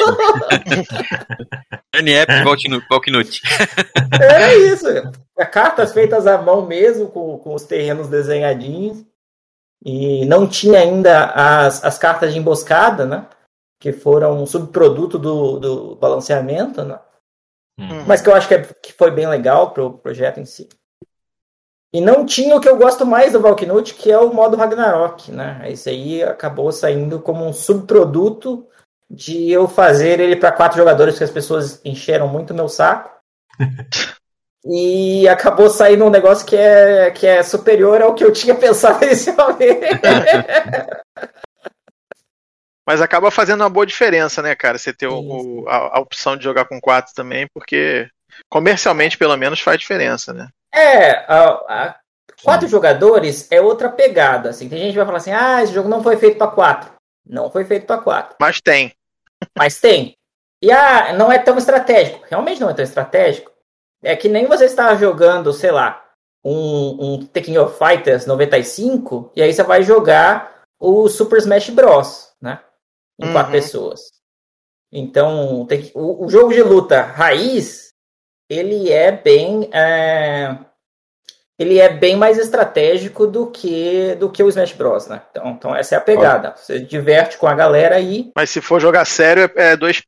N F Valknut. É isso. Cartas feitas à mão mesmo, com, com os terrenos desenhadinhos. E não tinha ainda as, as cartas de emboscada, né? Que foram um subproduto do, do balanceamento, né? Hum. Mas que eu acho que, é, que foi bem legal pro projeto em si. E não tinha o que eu gosto mais do Valknut, que é o modo Ragnarok, né? Esse aí acabou saindo como um subproduto de eu fazer ele para quatro jogadores, porque as pessoas encheram muito o meu saco. E acabou saindo um negócio que é, que é superior ao que eu tinha pensado inicialmente. Mas acaba fazendo uma boa diferença, né, cara? Você ter o, a, a opção de jogar com quatro também, porque comercialmente, pelo menos, faz diferença, né? É, a, a quatro Sim. jogadores é outra pegada. Assim. Tem gente que vai falar assim, ah, esse jogo não foi feito para quatro. Não foi feito para quatro. Mas tem. Mas tem. E ah, não é tão estratégico. Realmente não é tão estratégico. É que nem você está jogando, sei lá, um, um Tekken of Fighters noventa e cinco, e aí você vai jogar o Super Smash Bros, né? Em uhum. quatro pessoas. Então, tem, o, o jogo de luta raiz, ele é bem é, ele é bem mais estratégico do que do que o Smash Bros, né? Então, então essa é a pegada. Você diverte com a galera aí. Mas se for jogar sério é dois P.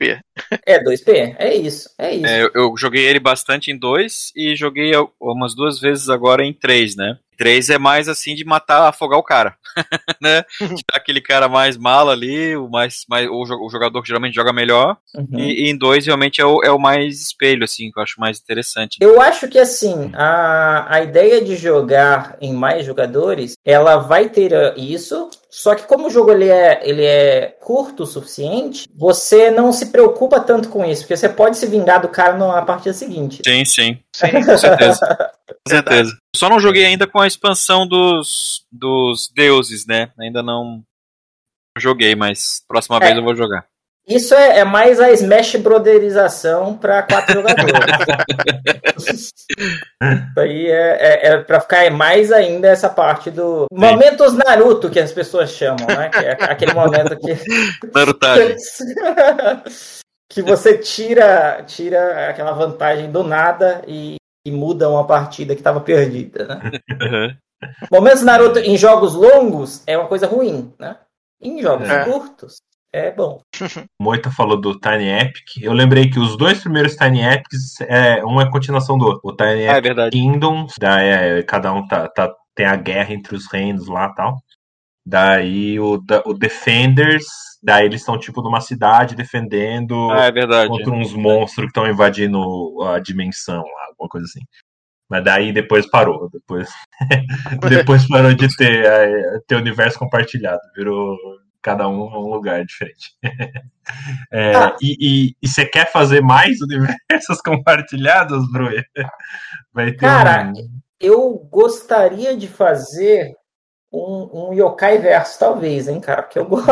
É dois P, é isso, é isso. É, eu, eu joguei ele bastante em dois e joguei umas duas vezes agora em três, né? Três é mais assim de matar, afogar o cara, né? De dar aquele cara mais mala ali, o, mais, mais, o, o jogador que geralmente joga melhor. Uhum. E, e em dois realmente é o, é o mais espelho, assim, que eu acho mais interessante. Eu acho que assim, a, a ideia de jogar em mais jogadores, ela vai ter isso, só que como o jogo ele é, ele é curto o suficiente, você não se preocupa tanto com isso, porque você pode se vingar do cara na partida seguinte. Sim, sim. Sim, com certeza. Com certeza. Só não joguei ainda com a expansão dos, dos deuses, né? Ainda não joguei, mas próxima é, vez eu vou jogar. Isso é, é mais a Smash Brotherização para quatro jogadores. Isso aí é, é, é para ficar mais ainda essa parte do... Sim. Momentos Naruto, que as pessoas chamam, né? Que é aquele momento que... Narutagem. Que você tira, tira aquela vantagem do nada e e muda uma partida que estava perdida, né? Uhum. Momentos Naruto em jogos longos é uma coisa ruim, né? Em jogos é. curtos é bom. O Moita falou do Tiny Epic. Eu lembrei que os dois primeiros Tiny Epics, é, um é continuação do outro. O Tiny ah, Epic é Kingdoms, daí é, cada um tá, tá, tem a guerra entre os reinos lá e tal. Daí o, da, o Defenders, daí eles estão tipo numa cidade defendendo ah, é verdade. contra uns monstros que estão invadindo a dimensão lá, alguma coisa assim. Mas daí depois parou, depois, depois parou de ter, é, ter universo compartilhado, virou cada um um lugar diferente. É, ah. E você quer fazer mais universos compartilhados, Brui? Vai ter Cara, um... eu gostaria de fazer Um, um yokai verso, talvez, hein, cara? Porque eu gosto.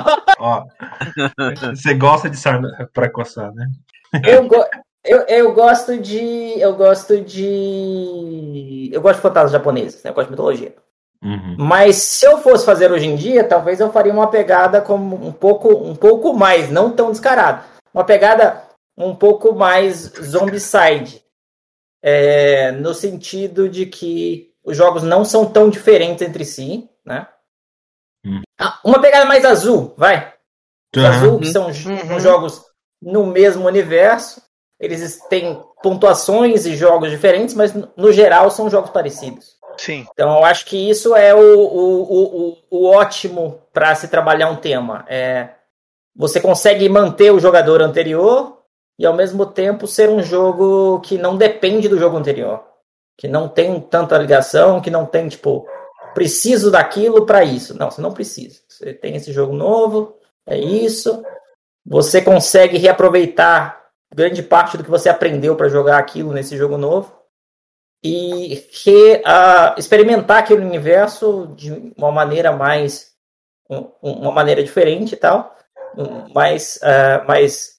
Você gosta de sarna pra coçar, né? eu, go... eu, eu gosto de. Eu gosto de. Eu gosto de fantasmas japoneses, né? Eu gosto de mitologia. Uhum. Mas se eu fosse fazer hoje em dia, talvez eu faria uma pegada como um pouco, um pouco mais, não tão descarada. Uma pegada um pouco mais zombicide. É, no sentido de que os jogos não são tão diferentes entre si, né? Hum. Ah, uma pegada mais azul, vai. Os uhum. azul, que são uhum. jogos no mesmo universo. Eles têm pontuações e jogos diferentes, mas no geral são jogos parecidos. Sim. Então eu acho que isso é o, o, o, o ótimo para se trabalhar um tema. É, você consegue manter o jogador anterior e ao mesmo tempo ser um jogo que não depende do jogo anterior. Que não tem tanta ligação, que não tem, tipo, preciso daquilo para isso. Não, você não precisa. Você tem esse jogo novo, é isso. Você consegue reaproveitar grande parte do que você aprendeu para jogar aquilo nesse jogo novo e re, uh, experimentar aquele universo de uma maneira mais... Um, uma maneira diferente e tal. Um, mais... Uh, mais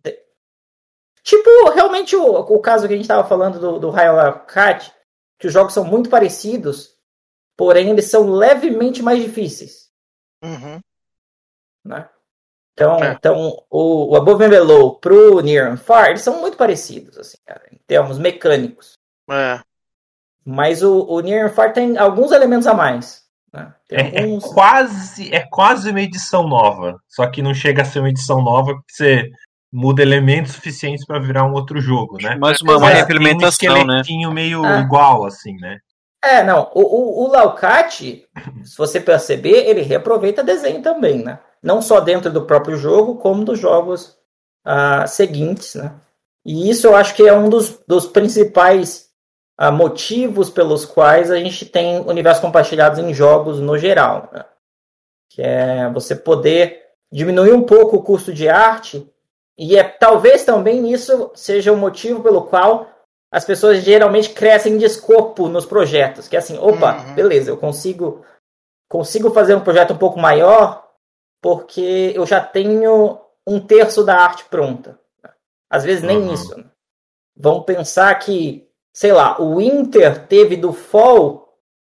Tipo, realmente, o, o caso que a gente estava falando do, do Hyalocate, que os jogos são muito parecidos, porém eles são levemente mais difíceis. Uhum. Né? Então, é. então o, o Above and Below pro Near and Far, eles são muito parecidos, assim, cara, em termos mecânicos. É. Mas o, o Near and Far tem alguns elementos a mais. Né? Tem é, alguns... é, quase, é quase uma edição nova, só que não chega a ser uma edição nova porque você... muda elementos suficientes para virar um outro jogo, né? Mais uma, uma implementação, um esqueletinho né? meio ah. igual, assim, né? É, não. O, o, o Laucat, se você perceber, ele reaproveita desenho também, né? Não só dentro do próprio jogo, como dos jogos uh, seguintes, né? E isso eu acho que é um dos, dos principais uh, motivos pelos quais a gente tem universos compartilhados em jogos no geral, né? Que é você poder diminuir um pouco o custo de arte. E é, talvez também isso seja o motivo pelo qual as pessoas geralmente crescem de escopo nos projetos. Que é assim, opa, uhum. beleza, eu consigo, consigo fazer um projeto um pouco maior porque eu já tenho um terço da arte pronta. Às vezes nem uhum. isso. Né? Vamos pensar que, sei lá, o Inter teve do Fall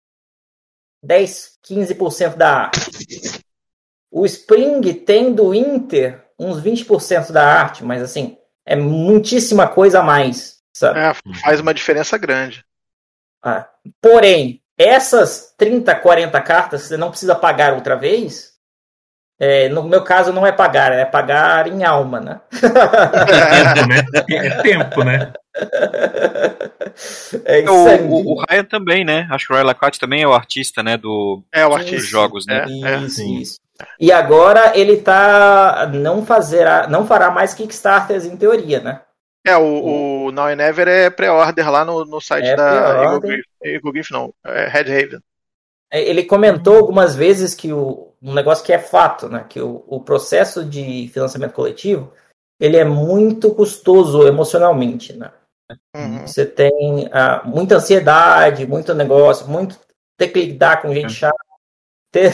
dez, quinze por cento da arte. O Spring tem do Inter uns vinte por cento da arte, mas assim, é muitíssima coisa a mais, sabe? É, faz uma diferença grande. Ah, porém, essas trinta, quarenta cartas, você não precisa pagar outra vez, É, no meu caso não é pagar, é pagar em alma, né? Tempo, né? É tempo, né? É em O, sangue. o, o Ryan também, né? Acho que o Ryan Lacote também é o artista, né? Do, É o dos artista. jogos, né? É, é. Isso, Sim. isso. E agora ele tá não fazerá, não fará mais Kickstarters em teoria, né? É, o, o Now and Never é pré-order lá no, no site É da Eagle pré-order. Griff, Eagle Griff não, é Red Haven. É, ele comentou algumas vezes que o, um negócio que é fato, né? Que o, o processo de financiamento coletivo ele é muito custoso emocionalmente, né? Uhum. Você tem ah, muita ansiedade, muito negócio, muito ter que lidar com gente chata. Ter...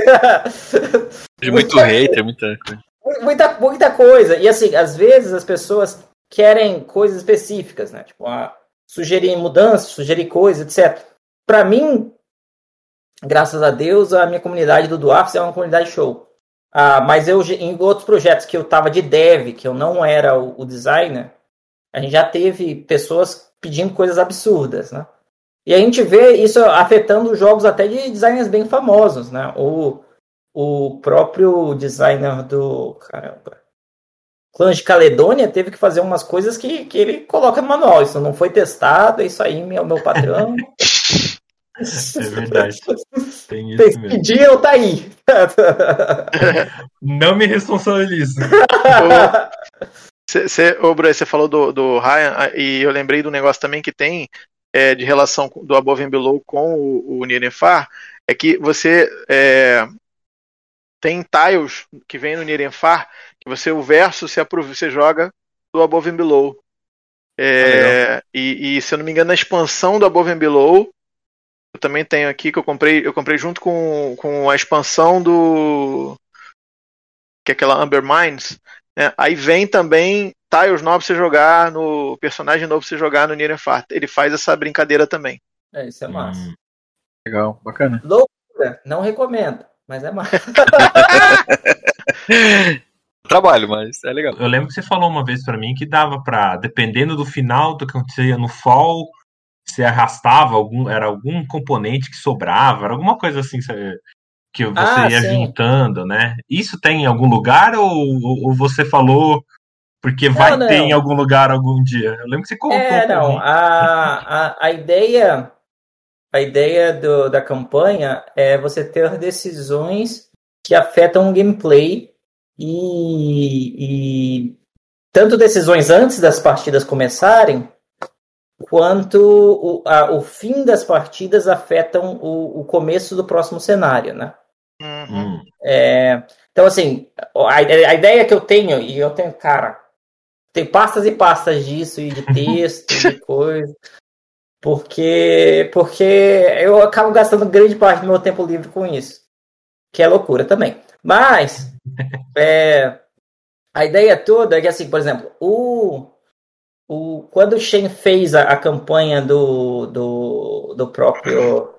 De muito hater, muita coisa. muita, muita coisa. E assim, às vezes as pessoas querem coisas específicas, né? Tipo, ah, sugerir mudanças, sugerir coisas, etcétera. Para mim, graças a Deus, a minha comunidade do Dwarfs é uma comunidade show. Ah, mas eu, em outros projetos que eu tava de dev, que eu não era o, o designer, a gente já teve pessoas pedindo coisas absurdas, né? E a gente vê isso afetando jogos até de designers bem famosos, né? O, o próprio designer do... Caramba... Clãs de Caledônia teve que fazer umas coisas que, que ele coloca no manual. Isso não foi testado, isso aí é o meu patrão. É verdade. Tem isso Vocês mesmo. pediram, tá aí. Não me responsabilizo. Você, ô Bruno, você falou do, do Ryan, e eu lembrei do negócio também que tem é, de relação do Above and Below com o, o Near and Far, é que você é, tem tiles que vem no Near and Far, que você, o verso, você, aprova, você joga do Above and Below. É, ah, e, e, se eu não me engano, na expansão do Above and Below, eu também tenho aqui, que eu comprei, eu comprei junto com, com a expansão do... que é aquela Amber Mines, né? Aí vem também tiles novos pra você jogar, no personagem novo pra você jogar no Near and Far. Ele faz essa brincadeira também. É, isso é massa. Hum, legal, bacana. Loucura, não recomendo, mas é massa. Trabalho, mas é legal. Eu lembro que você falou uma vez pra mim que dava pra, dependendo do final do que acontecia no fall, você arrastava algum, era algum componente que sobrava, era alguma coisa assim que você ah, ia sim. juntando, né? Isso tem em algum lugar ou, ou você falou porque não, vai não. ter em algum lugar algum dia? Eu lembro que você contou. É, não. A, a, a ideia, a ideia do, da campanha é você ter decisões que afetam o gameplay e, e tanto decisões antes das partidas começarem, quanto o, a, o fim das partidas afetam o, o começo do próximo cenário, né? Uhum. É, então, assim, a, a ideia que eu tenho, e eu tenho, cara, tem pastas e pastas disso, e de texto, de coisa, porque, porque eu acabo gastando grande parte do meu tempo livre com isso, que é loucura também. Mas, é, a ideia toda é que, assim, por exemplo, o... O, quando o Shen fez a, a campanha do, do, do próprio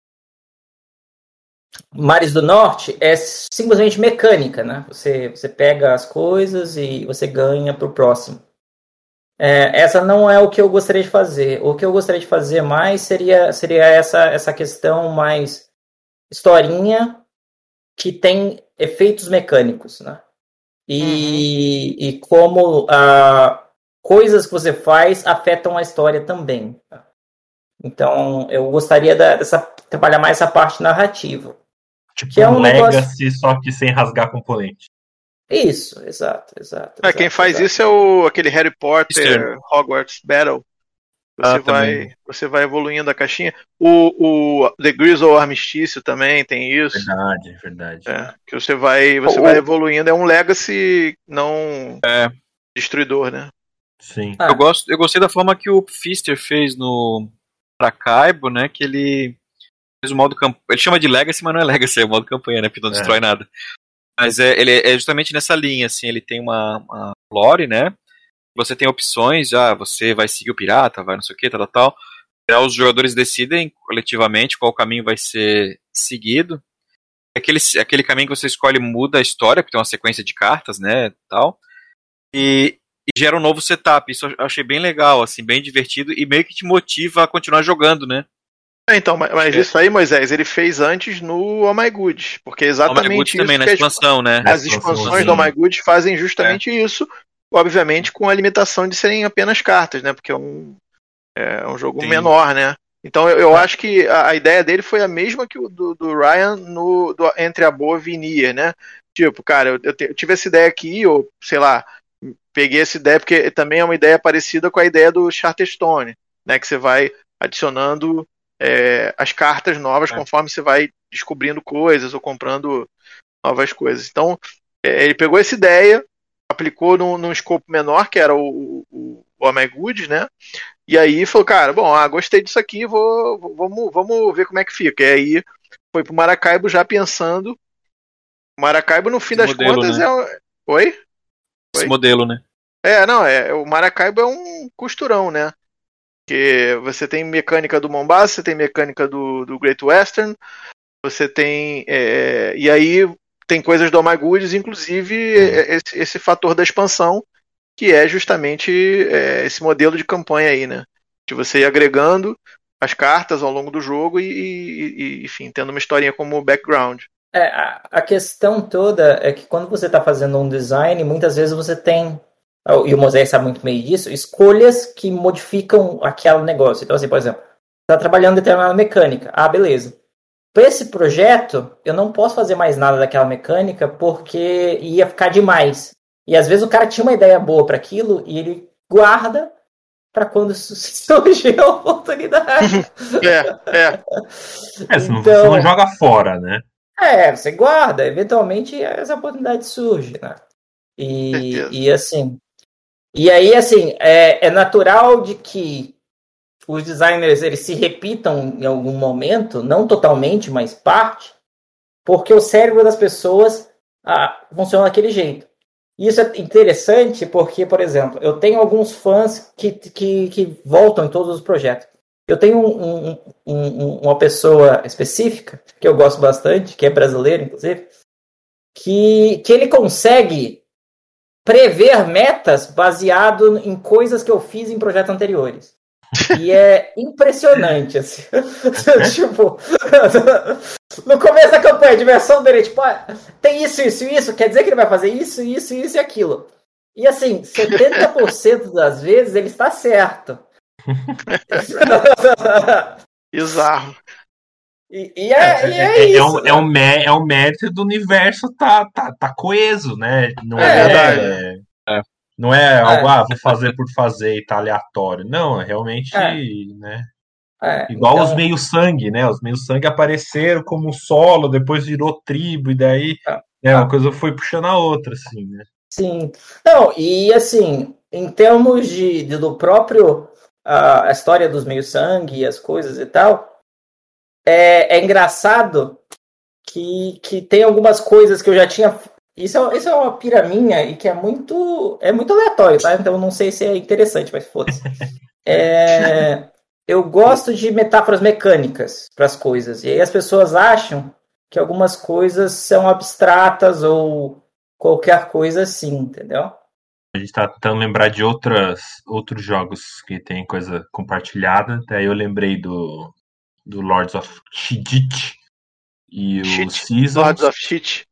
Mares do Norte, é simplesmente mecânica, né? Você, você pega as coisas e você ganha pro próximo. É, essa não é o que eu gostaria de fazer. O que eu gostaria de fazer mais seria, seria essa, essa questão mais historinha que tem efeitos mecânicos, né? E, uhum. e como a coisas que você faz afetam a história também. Então, eu gostaria da, dessa, trabalhar mais essa parte narrativa. Tipo que é um, um Legacy, negócio... só que sem rasgar componente. Isso, exato, exato. É, exato quem faz exato. isso é o, aquele Harry Potter Hogwarts Battle. Você, ah, vai, você vai evoluindo a caixinha. O, o The Grizzle Armistício também tem isso. Verdade, verdade. É, que você vai, você oh, vai evoluindo. É um Legacy não é. destruidor, né? Sim. Ah. Eu, gosto, eu gostei da forma que o Pfister fez no Maracaibo, né? Que ele fez o modo campanha. Ele chama de Legacy, mas não é Legacy, é o modo campanha, né? Porque não é. destrói nada. Mas é, ele é justamente nessa linha, assim. Ele tem uma, uma lore, né? Você tem opções, ah, você vai seguir o pirata, vai não sei o que, tal, tal, tal. Os jogadores decidem coletivamente qual caminho vai ser seguido. Aquele, aquele caminho que você escolhe muda a história, porque tem uma sequência de cartas, né? Tal. E. E gera um novo setup, isso eu achei bem legal, assim, bem divertido, e meio que te motiva a continuar jogando, né? É, então, mas, mas É. isso aí, Moisés, ele fez antes no Oh My Goods, porque é exatamente Oh My Goods isso também na que as- expansão, né? as Na expansão, expansões sim. do Oh My Goods fazem justamente isso, obviamente com a limitação de serem apenas cartas, né? Porque é um, é um jogo Sim. menor, né? Então eu, eu acho que a, a ideia dele foi a mesma que o do, do Ryan no do Entre Above e Nier, né? Tipo, cara, eu, eu, te- eu tive essa ideia aqui, ou sei lá, peguei essa ideia porque também é uma ideia parecida com a ideia do Charterstone, né? Que você vai adicionando é, as cartas novas É. conforme você vai descobrindo coisas ou comprando novas coisas. Então, é, ele pegou essa ideia, aplicou num, num escopo menor, que era o, o, o Oh My Goods, né? E aí falou, cara, bom, ah, gostei disso aqui, vou, vou- vamos, vamos ver como é que fica. E aí foi pro Maracaibo já pensando. O Maracaibo, no fim Esse das modelo, contas, né? é. um- Oi? Esse Oi? modelo, né? É, não, é. O Maracaibo é um costurão, né? Porque você tem mecânica do Mombasa, você tem mecânica do, do Great Western, você tem. é, e aí tem coisas do Oh My Goods, inclusive é, esse, esse fator da expansão, que é justamente é, esse modelo de campanha aí, né? De você ir agregando as cartas ao longo do jogo e, e- e, enfim, tendo uma historinha como background. É, a, a questão toda é que quando você está fazendo um design, muitas vezes você tem, e o Moisés sabe muito bem disso, escolhas que modificam aquele negócio. Então, assim, por exemplo, está trabalhando determinada mecânica. Ah, beleza. Para esse projeto, eu não posso fazer mais nada daquela mecânica porque ia ficar demais. E às vezes o cara tinha uma ideia boa para aquilo e ele guarda para quando surgir a oportunidade. É, é. É, você, não, Então, você não joga fora, né? é, você guarda, eventualmente essa oportunidade surge, né? E, Certeza. e assim, e aí assim, é, é natural de que os designers eles se repitam em algum momento, não totalmente, mas parte, porque o cérebro das pessoas ah, funciona daquele jeito. Isso é interessante porque, por exemplo, eu tenho alguns fãs que, que, que voltam em todos os projetos. Eu tenho um, um, um, uma pessoa específica, que eu gosto bastante, que é brasileiro, inclusive, que, que ele consegue prever metas baseado em coisas que eu fiz em projetos anteriores. E é impressionante, assim. Tipo, no começo da campanha, a diversão dele, tipo, ah, tem isso, isso, isso, quer dizer que ele vai fazer isso, isso, isso e aquilo. E assim, setenta por cento das vezes ele está certo. Bizarro. E, e é, e é, é, isso. é, um, né? é, um mé- é um mérito do universo tá, tá, tá coeso, né? Não É é, verdade. É. não é algo, É. ah, vou fazer por fazer e tá aleatório. Não, é realmente, É. né? É, Igual então, os meio-sangue, né? Os meio-sangue apareceram como solo, depois virou tribo, e daí Ah, né, ah. uma coisa foi puxando a outra, assim, né? sim. Não, e assim, em termos de, de- do próprio a, a história dos meio-sangue e as coisas e tal, é, é engraçado que, que tem algumas coisas que eu já tinha. Isso é, isso é uma pira minha e que é muito, é muito aleatório, tá? Então eu não sei se é interessante, mas foda-se. É, eu gosto de metáforas mecânicas para as coisas. E aí as pessoas acham que algumas coisas são abstratas ou qualquer coisa assim, entendeu? A gente tá tentando lembrar de outras, outros jogos que tem coisa compartilhada. Daí eu lembrei do, do Lords of Shidit e o Cheat. Seasons. Lords of Cheat.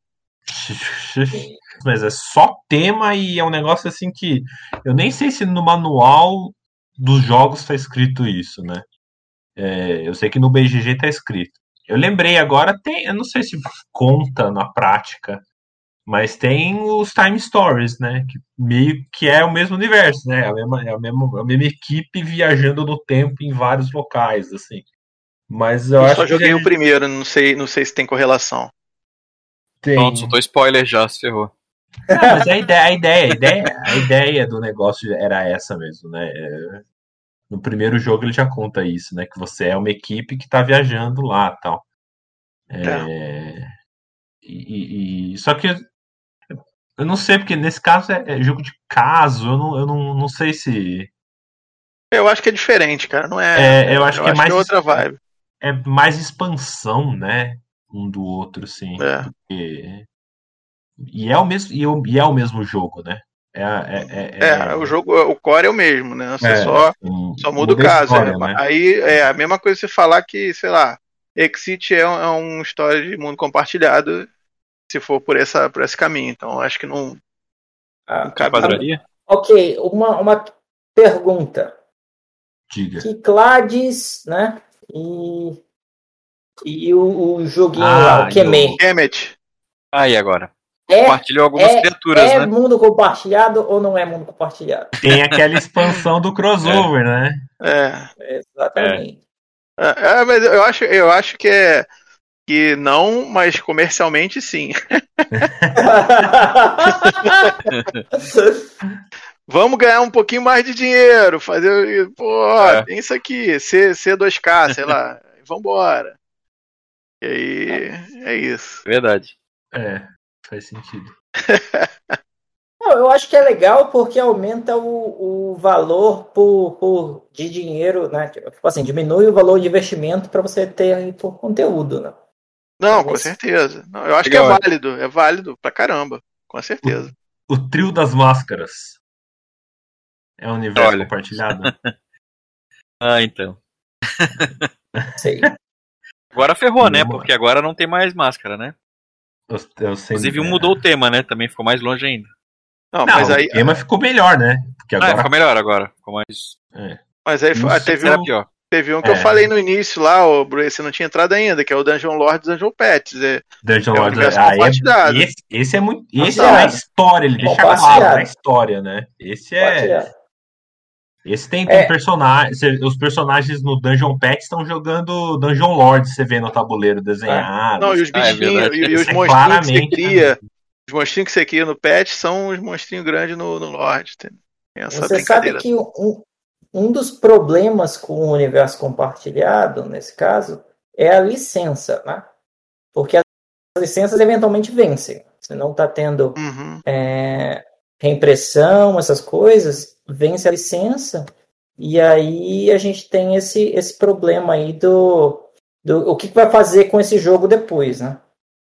Mas é só tema e é um negócio assim que eu nem sei se no manual dos jogos tá escrito isso, né? É, eu sei que no B G G tá escrito. Eu lembrei agora, tem, eu não sei se conta na prática, mas tem os Time Stories, né? Que meio que é o mesmo universo, né? É a mesma, é a mesma, a mesma equipe viajando no tempo em vários locais, assim. Mas eu Eu acho só que joguei já o primeiro, não sei, não sei se tem correlação. tem. Pronto, soltou spoiler já, se ferrou. Não, mas a ideia, a ideia, a ideia, a ideia do negócio era essa mesmo, né? É, no primeiro jogo ele já conta isso, né? Que você é uma equipe que tá viajando lá, tal. É, É. e, e- só que eu não sei porque nesse caso é, é jogo de caso, eu não, eu não, não sei se Eu acho que é diferente, cara. Não é. é, eu acho eu que é acho mais que é outra vibe. é mais expansão, né? Um do outro, assim. É. Porque- e é o mesmo e, o- e é o mesmo jogo, né? É, é, é, É, o jogo, o core é o mesmo, né? Você é, só um- Só muda, muda o caso. História, é. Né? Aí é a mesma coisa você falar que, sei lá, Exit é, um, é uma história de mundo compartilhado, se for por, essa, por esse caminho. Então, acho que não, ah, não cabe. Quadraria? Ok, uma, uma pergunta. Diga. Cyclades, né? E, e o, o joguinho ah, lá, o Kemet. Kemet. Aí, agora. É, Compartilhou algumas é, criaturas, é né? É mundo compartilhado ou não é mundo compartilhado? Tem aquela expansão do crossover, é. né? É. Exatamente. É. É, mas eu acho, eu acho que é que não, mas comercialmente sim. Vamos ganhar um pouquinho mais de dinheiro, fazer, pô, é. tem isso aqui, C, C dois K, sei lá, vambora. E aí, é isso. Verdade. É, faz sentido. Não, eu acho que é legal porque aumenta o, o valor por, por, de dinheiro, né? Tipo assim, diminui o valor de investimento para você ter por conteúdo, né? Não, com certeza. Não, eu acho legal. que é válido, é válido pra caramba, com certeza. O, o trio das máscaras é um universo Olha. compartilhado? Ah, então. Sei. Agora ferrou, né? Porque agora não tem mais máscara, né? Eu, eu sei, Inclusive, um mudou o tema, né? Também ficou mais longe ainda. Não, não mas aí... o tema ficou melhor, né? Porque agora... Ah, ficou melhor agora. Ficou mais... É. Mas aí não teve, era um, pior. teve um que é. eu falei no início lá, o Bruce, você não tinha entrado ainda, que é o Dungeon Lord e Dungeon Pets. É, Dungeon é um Lord ah, é, esse, esse é muito. Esse é na história, ele deixa claro na história, né? Esse é. Esse tem, tem é. personagens. Os personagens no Dungeon Pets estão jogando Dungeon Lord, você vê no tabuleiro desenhado. Não, e os bichinhos, ah, é e, e os é monstrinhos que você cria. Os monstrinhos que você cria no Pet são os monstrinhos grandes no, no Lord. Tem essa você sabe que um, um dos problemas com o universo compartilhado, nesse caso, é a licença, né? Porque as licenças eventualmente vencem. Você não está tendo uhum. é, reimpressão, essas coisas, vence a licença, e aí a gente tem esse, esse problema aí do, do o que vai fazer com esse jogo depois, né?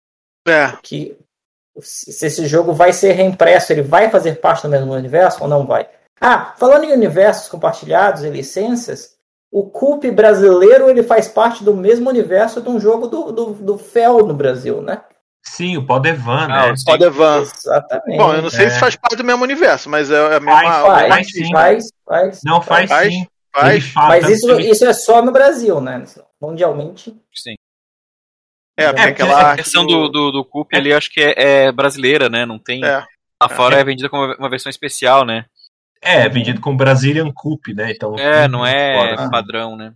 É. Que, se esse jogo vai ser reimpresso, ele vai fazer parte do mesmo universo ou não vai? Ah, falando em universos compartilhados e licenças, o C U P brasileiro ele faz parte do mesmo universo de um jogo do, do, do F E L no Brasil, né? Sim, o Podevan, né? Ah, o Podevan. Exatamente. Bom, eu não sei é. se faz parte do mesmo universo, mas é a mesma... Faz, faz, faz, sim. faz, faz. Não, faz, faz sim. Faz, faz. Mas isso, ele... isso é só no Brasil, né? Mundialmente. Sim. É, porque é, aquela a versão do, do, do C U P ali, acho que é, é brasileira, né? Não tem... É. Lá fora é. é vendida como uma versão especial, né? É, é vendido com Brazilian C U P, né? Então, é, não é fora. Padrão, né?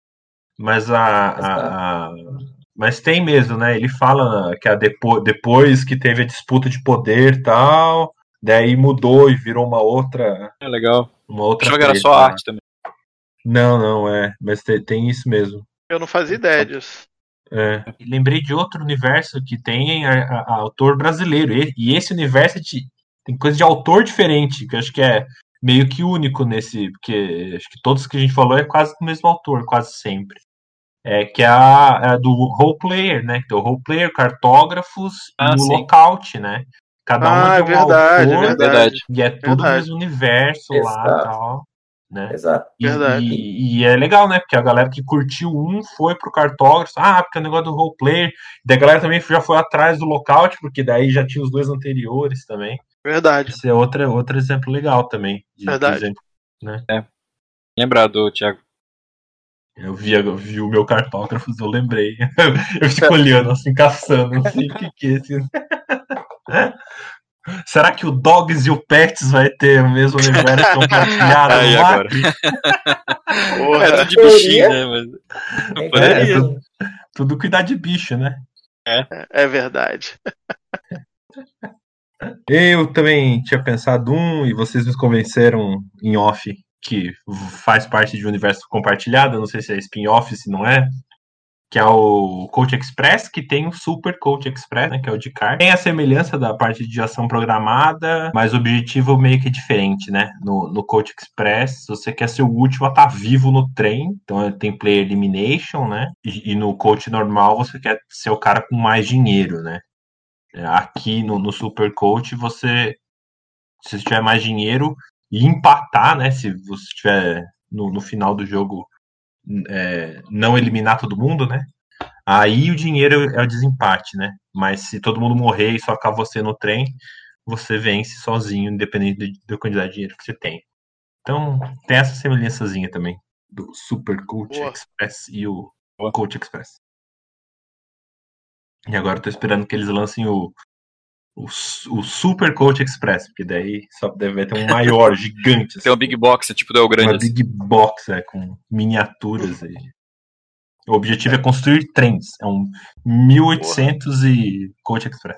Mas a, a, a... Mas tem mesmo, né? Ele fala que a depo... depois que teve a disputa de poder e tal, daí mudou e virou uma outra... É legal. Uma outra o jogo era só arte também. Não, não, é. Mas tem, tem isso mesmo. Eu não fazia ideia disso. É. Lembrei de outro universo que tem a, a, a autor brasileiro. E, e esse universo de, tem coisa de autor diferente, que eu acho que é meio que único nesse, porque acho que todos que a gente falou é quase do mesmo autor, quase sempre. É que é a, a do role player, né? Que tem o role player, cartógrafos ah, e o sim. lockout, né? Cada um ah, é de um verdade, autor, é verdade. E é tudo verdade. no mesmo universo Exato. lá e tal. Né? Exato. E, verdade. E, e é legal, né? Porque a galera que curtiu um foi pro cartógrafo, ah, porque é o negócio do role player. Daí a galera também já foi atrás do lockout, porque daí já tinha os dois anteriores também. Verdade. Esse é outra, outro exemplo legal também. De, verdade. De exemplo, né? É. Lembrado, Thiago. Eu vi, eu vi o meu cartógrafo, eu lembrei. Eu fico olhando, assim, caçando, assim, o que que é esse... Será que o Dogs e o Pets vai ter o mesmo universo compartilhado? Aí, agora. Porra, é tudo de bichinho, né? Mas... É, é, tudo, tudo cuidar de bicho, né? É, é verdade. Eu também tinha pensado um, e vocês me convenceram em off que faz parte de um universo compartilhado, não sei se é spin-off, se não é, que é o Coach Express, que tem o Super Coach Express, né, que é o de kart. Tem a semelhança da parte de ação programada, mas o objetivo meio que é diferente, né? No, no Coach Express, você quer ser o último a estar vivo no trem, então tem player elimination, né? E, e no Coach normal você quer ser o cara com mais dinheiro, né? Aqui no, no Super Coach, você, se você tiver mais dinheiro e empatar, né? Se você tiver no, no final do jogo é, não eliminar todo mundo, né? Aí o dinheiro é o desempate, né? Mas se todo mundo morrer e só ficar você no trem, você vence sozinho, independente da quantidade de dinheiro que você tem. Então, tem essa semelhançazinha também do Super Coach Boa. Express e o Coach Express. E agora eu tô esperando que eles lancem o, o, o Super Coach Express, porque daí só deve ter um maior, gigante. Tem um Big Box, tipo do El Grande. Uma Big Box, é, com miniaturas aí. O objetivo é construir trens. É um mil e oitocentos e Coach Express.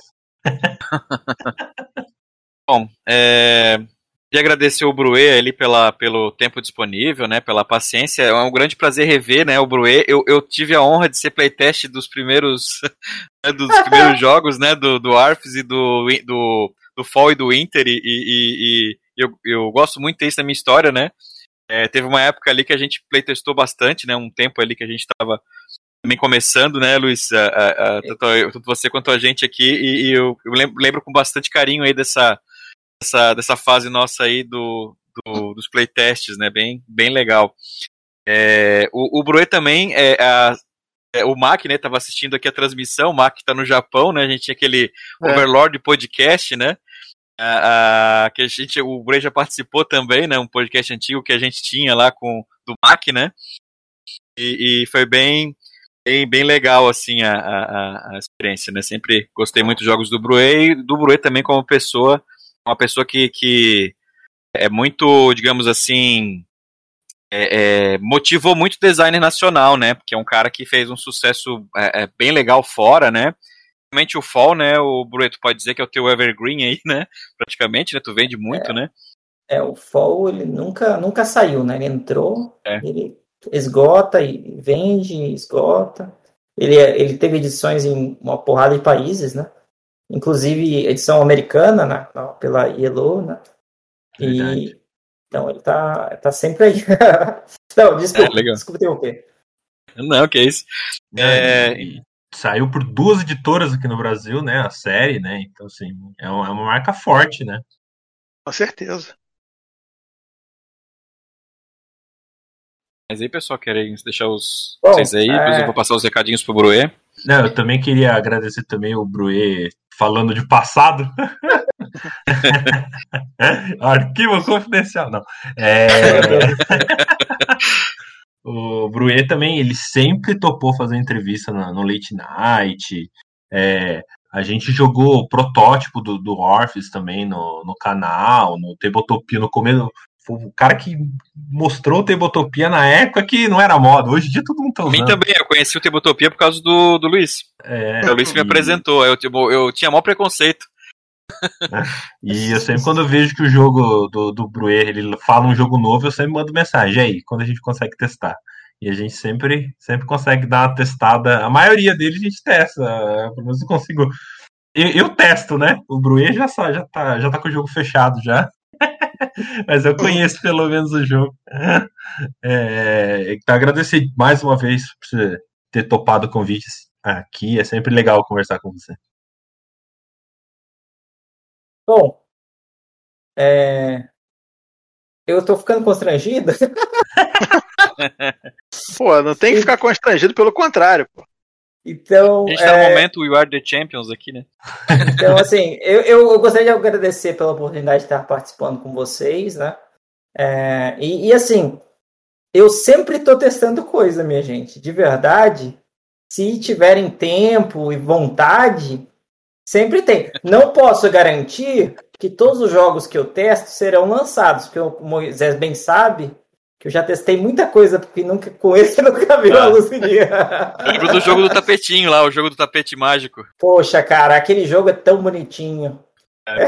Bom, é... de agradecer o Bruê ali pela, pelo tempo disponível, né, pela paciência. É um grande prazer rever, né, o Bruê. Eu, eu tive a honra de ser playtest dos primeiros, né, dos primeiros jogos, né, do, do Arfs e do, do, do Fall e do Inter, e, e, e eu, eu gosto muito disso na minha história, né. É, teve uma época ali que a gente playtestou bastante, né, um tempo ali que a gente estava também começando, né, Luiz, a, a, a, tanto, eu, tanto você quanto a gente aqui, e, e eu, eu lembro, lembro com bastante carinho aí dessa, dessa, dessa fase nossa aí do, do, dos playtests, né, bem, bem legal. É, o, o Bruê também, é, a, é, o Mac, né, tava assistindo aqui a transmissão, o Mac tá no Japão, né, a gente tinha aquele é. Overlord podcast, né, a, a, que a gente, o Bruê já participou também, né, um podcast antigo que a gente tinha lá com, do Mac, né, e, e foi bem... Bem, bem legal, assim, a, a, a experiência, né? Sempre gostei muito dos jogos do Bruê e do Bruê também como pessoa, uma pessoa que, que é muito, digamos assim, é, é, motivou muito o designer nacional, né? Porque é um cara que fez um sucesso é, é, bem legal fora, né? Realmente o Fall, né? O Bruê, tu pode dizer que é o teu evergreen aí, né? Praticamente, né? Tu vende muito, é, né? É, o Fall, ele nunca, nunca saiu, né? Ele entrou, É. ele... esgota e vende, esgota. Ele, ele teve edições em uma porrada de países, né? Inclusive edição americana, né? Pela Yellow, né? E então ele tá, tá sempre aí. Não, desculpa, é, desculpa interromper. Não, que é isso. É, e, e saiu por duas editoras aqui no Brasil, né? A série, né? Então, assim, é uma, é uma marca forte, né? Com certeza. Mas aí, pessoal, querem deixar os Bom, vocês aí, depois é... eu vou passar os recadinhos pro Bruê. Não, eu também queria agradecer também o Bruê falando de passado. Arquivo confidencial, não. É... o Bruê também, ele sempre topou fazer entrevista no, no Late Night. É... A gente jogou o protótipo do, do Orphis também no, no canal, no Tabletopia, no começo. O cara que mostrou o Tabletopia na época que não era moda. Hoje em dia todo mundo tá usando. A mim também, eu conheci o Tabletopia por causa do, do Luiz. É, o Luiz que me e... apresentou, eu, eu, eu tinha maior preconceito. E eu sempre, quando eu vejo que o jogo do, do Bruer, ele fala um jogo novo, eu sempre mando mensagem aí, quando a gente consegue testar. E a gente sempre, sempre consegue dar uma testada. A maioria deles a gente testa. Pelo menos eu consigo. Eu, eu testo, né? O Bruer já, já, tá, já tá com o jogo fechado já. Mas eu conheço pelo menos o jogo. É, então, agradecer mais uma vez por você ter topado o convite aqui. É sempre legal conversar com você. Bom, é... eu tô ficando constrangido. Pô, não tem que ficar constrangido, pelo contrário, pô. Então, a gente tá é... no momento We Are The Champions aqui, né? Então, assim, eu, eu gostaria de agradecer pela oportunidade de estar participando com vocês, né? É, e, e, assim, eu sempre estou testando coisa, minha gente. De verdade, se tiverem tempo e vontade, sempre tem. Não posso garantir que todos os jogos que eu testo serão lançados, porque o Moisés bem sabe que eu já testei muita coisa, porque nunca, com esse nunca viu a luz do dia. Lembro do jogo do tapetinho lá, o jogo do tapete mágico. Poxa, cara, aquele jogo é tão bonitinho. É.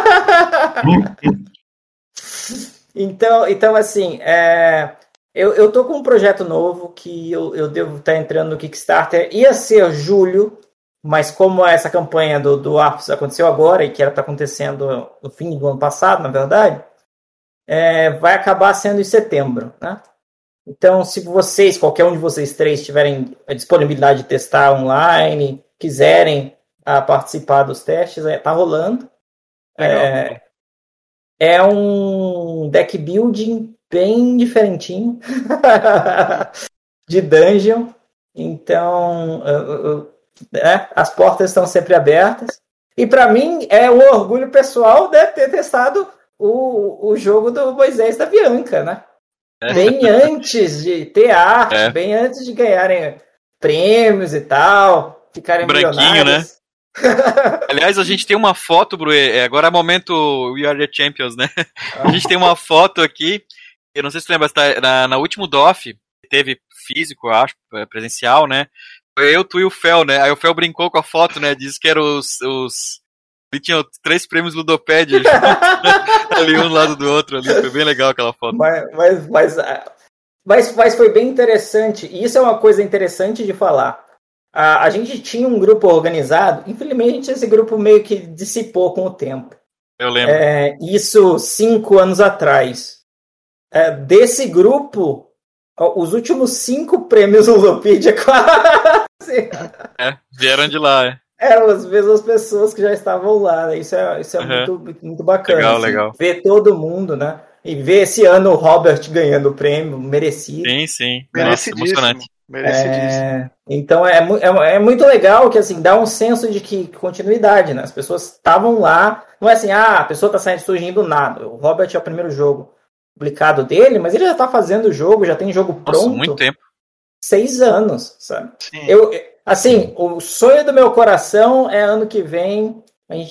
então, então, assim, é, eu, eu tô com um projeto novo que eu, eu devo estar entrando no Kickstarter. Ia ser julho, mas como essa campanha do, do Arfs aconteceu agora e que ela está acontecendo no fim do ano passado, na verdade, é, vai acabar sendo em setembro, né? Então, se vocês, qualquer um de vocês três, tiverem a disponibilidade de testar online, quiserem a participar dos testes, é, tá rolando. É, É um deck building bem diferentinho de dungeon. Então, é, as portas estão sempre abertas. E para mim é um orgulho pessoal de ter testado o, o jogo do Moisés da Bianca, né? É. Bem antes de ter arte, é. bem antes de ganharem prêmios e tal, ficarem branquinho, milionários. Né? Aliás, a gente tem uma foto, Bruê, agora é momento We Are The Champions, né? A gente tem uma foto aqui, eu não sei se você lembra, tá, na, na último D O F, teve físico, eu acho, presencial, né? Eu, tu e o Fel, né? Aí o Fel brincou com a foto, né? Disse que eram os... os... Ele tinha três prêmios Ludopédia ali um lado do outro ali. Foi bem legal aquela foto. Mas, mas, mas, mas, mas foi bem interessante. E isso é uma coisa interessante de falar. A, a gente tinha um grupo organizado. Infelizmente, esse grupo meio que dissipou com o tempo. Eu lembro. É, isso cinco anos atrás. É, desse grupo, os últimos cinco prêmios Ludopedia quase. É, vieram de lá, é. Eram as mesmas pessoas que já estavam lá, né? Isso é, isso é uhum. muito, muito bacana. Legal, assim, legal. Ver todo mundo, né? E ver esse ano o Robert ganhando o prêmio, merecido. Sim, sim. Merecidíssimo. Nossa, emocionante. Merecidíssimo. É, então é, é, é muito legal que assim, dá um senso de que continuidade, né? As pessoas estavam lá, não é assim, ah, a pessoa está saindo surgindo nada. O Robert é o primeiro jogo publicado dele, mas ele já está fazendo o jogo, já tem jogo pronto. Nossa, muito tempo. Seis anos, sabe? Sim. Eu, assim, o sonho do meu coração é ano que vem a gente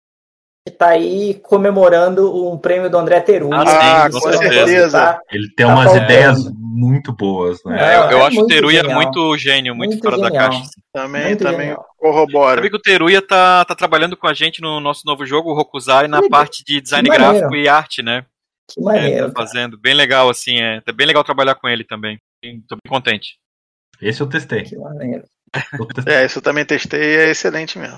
tá aí comemorando um prêmio do André Teruya. Ah, ah, com certeza. Tá, ele tem tá umas faltando. ideias muito boas, né? É, eu, eu é acho o Teruya genial. muito gênio, muito, muito fora genial. da caixa. Também, muito também genial. corrobora. Sabe que o Teruya tá, tá trabalhando com a gente no nosso novo jogo, o Hokusai, na Que parte de design que gráfico maneiro. e arte, né? Que maneiro. É, tá fazendo. Bem legal, assim, é. Tá bem legal trabalhar com ele também. Tô bem contente. Esse eu testei. Que maneiro. Eu testei. É, isso eu também testei e é excelente mesmo.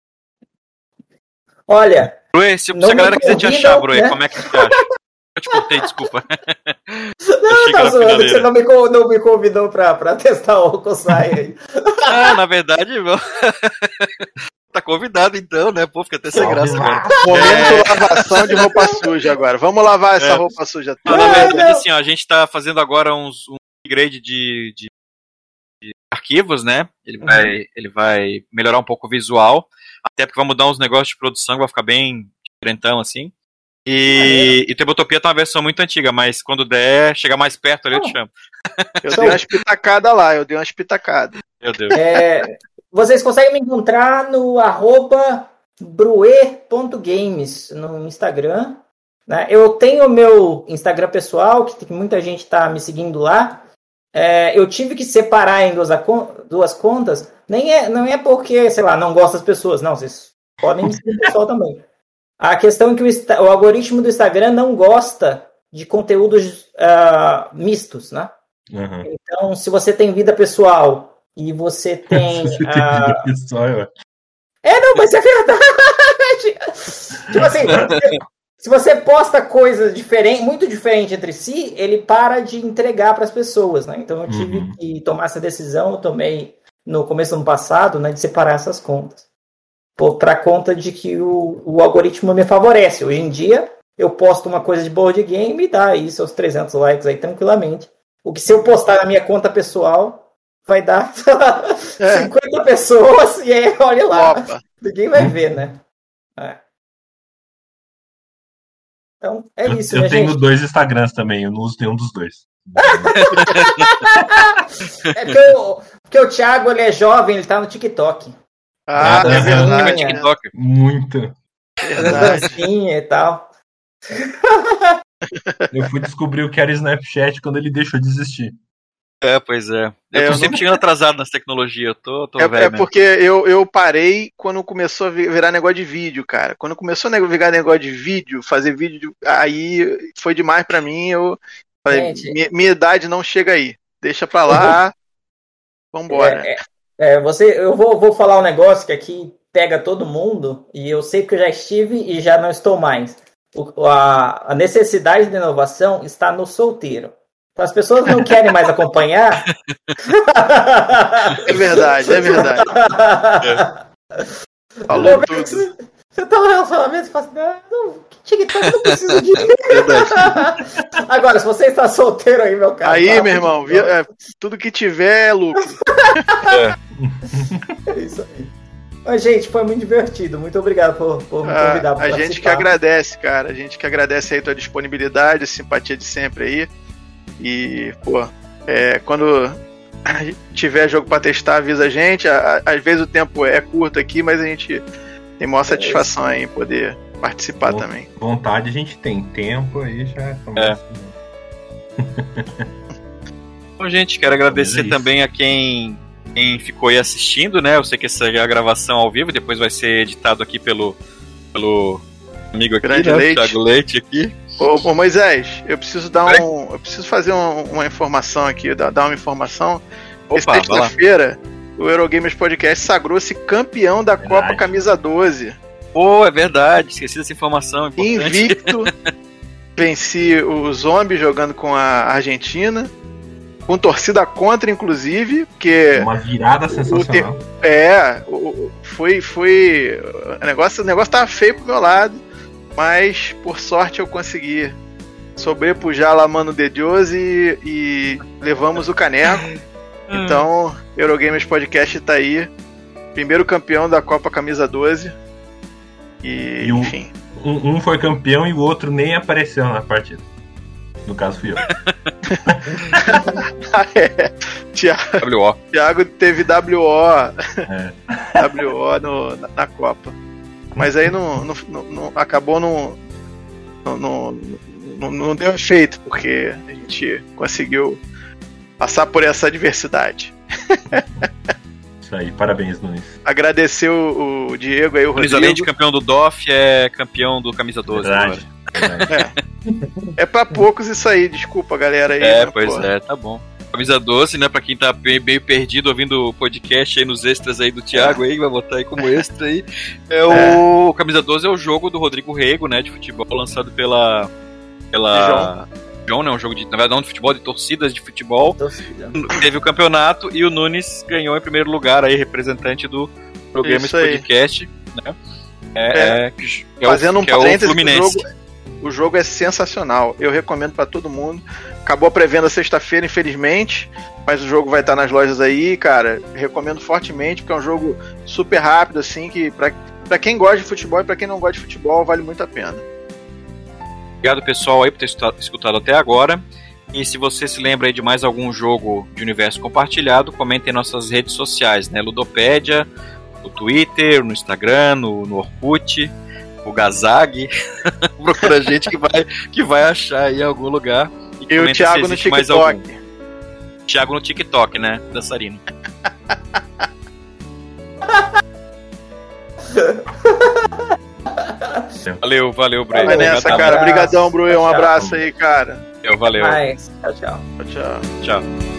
Olha, Bruê, se, não se a galera me quiser te convida, achar, Bruê, né? como é que te acha? Eu te cortei, desculpa. Não, tá zoando que você não me, não me convidou pra, pra testar o Hokusai aí. Ah, na verdade, meu... tá convidado então, né? Pô, fica até sem graça agora. Momento é... lavação de roupa suja agora. Vamos lavar essa é. roupa suja. Não, na verdade, assim, ó, a gente tá fazendo agora uns, um upgrade de, de, de arquivos, né? Ele vai, uhum. ele vai melhorar um pouco o visual, até porque vai mudar uns negócios de produção, vai ficar bem diferentão, assim. E, e o Tabletopia tá uma versão muito antiga, mas quando der, chegar mais perto ali, eu te chamo. Eu dei umas pitacadas lá, eu dei umas pitacadas. Meu Deus. É, vocês conseguem me encontrar no arroba bruê ponto games no Instagram. Né? Eu tenho o meu Instagram pessoal, que muita gente tá me seguindo lá. É, eu tive que separar em duas, duas contas. Nem é, não é porque, sei lá, não gosto das pessoas. Não, vocês podem me seguir pessoal também. A questão é que o, o algoritmo do Instagram não gosta de conteúdos uh, mistos, né? Uhum. Então, se você tem vida pessoal e você tem... você tem uh... vida pessoal, eu acho. É, não, mas é verdade! Tipo assim, se você posta coisas diferentes, muito diferentes entre si, ele para de entregar para as pessoas, né? Então, eu tive uhum. que tomar essa decisão, eu tomei no começo do ano passado, né, de separar essas contas. Para conta de que o, o algoritmo me favorece. Hoje em dia, eu posto uma coisa de board game e dá aí seus trezentos likes aí tranquilamente. O que se eu postar na minha conta pessoal, vai dar é. cinquenta pessoas e aí, olha lá. Opa. Ninguém vai ver, né? É. Então, é eu, isso, Eu minha tenho gente. dois Instagrams também, eu não uso nenhum dos dois. É porque o, porque o Thiago, ele é jovem, ele tá no TikTok. Ah, é, é verdade. É TikTok. Muito. Dancinha e tal. Eu fui descobrir o que era Snapchat quando ele deixou de existir. É, pois é. Eu é, tô eu sempre não... chegando atrasado nas tecnologias. Eu tô, tô é, velho. É porque eu, eu parei quando começou a virar negócio de vídeo, cara. Quando começou a virar negócio de vídeo, fazer vídeo, aí foi demais pra mim. Eu falei, minha, minha idade não chega aí. Deixa pra lá. Vambora. É, é. É, você, eu vou, vou falar um negócio que aqui pega todo mundo, e eu sei que eu já estive e já não estou mais. O, a, a necessidade de inovação está no solteiro. Então, as pessoas não querem mais acompanhar. É verdade, é verdade. É. Falou tudo. Você tá no relacionamento e fala assim, não, TikTok não precisa de Agora, se você está solteiro aí, meu cara. Aí, meu irmão, via, é, tudo que tiver é lucro. É. É isso aí. Mas, gente, foi muito divertido. Muito obrigado por, por me convidar para A gente que agradece, cara. A gente que agradece aí a tua disponibilidade, a simpatia de sempre aí. E, pô, é, quando tiver jogo pra testar, avisa a gente. Às vezes o tempo é curto aqui, mas a gente tem maior satisfação aí em poder participar Bom, também. Vontade a gente tem, tempo aí já é. Bom, gente, quero agradecer é também a quem, quem ficou aí assistindo, né? Eu sei que essa é a gravação ao vivo, depois vai ser editado aqui pelo, pelo amigo aqui, Grande né? Leite. Thiago Leite aqui. Ô, ô Moisés, eu preciso dar um. Eu preciso fazer um, uma informação aqui, dar, dar uma informação. Opa, sexta-feira, o Eurogamers Podcast sagrou-se campeão da verdade. Copa Camisa doze. Pô, é verdade, esqueci dessa informação importante. Invicto, venci o Zombie jogando com a Argentina, com torcida contra, inclusive, porque... Uma virada sensacional. O te... É, o... foi... foi... O negócio, o negócio tava feio pro meu lado, mas, por sorte, eu consegui sobrepujar lá Mano de Deus e, e levamos o caneco. Então, Eurogamers Podcast tá aí, primeiro campeão da Copa Camisa doze. E, e um, enfim. Um, um foi campeão e o outro nem apareceu na partida. No caso fui eu. ah, é. Thiago, W O. Thiago teve W O. É. W O no, na, na Copa. Mas aí não, não, não acabou não, não, não, não, não deu efeito, porque a gente conseguiu passar por essa adversidade. Isso aí, parabéns, Nunes. Agradecer o, o Diego aí, o Rodrigo. Além de campeão do D O F, é campeão do Camisa doze. Verdade, verdade. É. É pra poucos isso aí, desculpa, galera. Aí, é, né, pois porra. é, tá bom. Camisa doze, né, pra quem tá meio perdido ouvindo o podcast aí nos extras aí do Thiago é. aí, vai botar aí como extra aí. É, é. O Camisa doze é o jogo do Rodrigo Rego, né, de futebol, lançado pela... pela... João, né, um jogo de, na verdade, não de futebol, de torcidas de futebol. Torcida. Teve o campeonato e o Nunes ganhou em primeiro lugar aí, representante do programa esse podcast, né? É, é. É, que, que Fazendo é o, um que é o parênteses, Fluminense. O jogo, o jogo é sensacional. Eu recomendo pra todo mundo. Acabou a pré-venda sexta-feira, infelizmente, mas o jogo vai estar nas lojas aí, cara. Recomendo fortemente, porque é um jogo super rápido, assim, que pra, pra quem gosta de futebol e pra quem não gosta de futebol, vale muito a pena. Obrigado, pessoal, aí por ter escutado até agora. E se você se lembra aí de mais algum jogo de universo compartilhado, comente em nossas redes sociais, né? Ludopédia, no Twitter, no Instagram, no, no Orkut, o Gazag. Procura a gente que vai, que vai achar aí em algum lugar. E, e o Thiago no TikTok. Thiago no TikTok, né? Dançarino. Valeu, valeu, Bruno. Vai nessa, cara. Obrigadão, Bruno. Um abraço aí, cara. Eu, valeu. Mais. Tchau, tchau. Tchau, tchau. Tchau.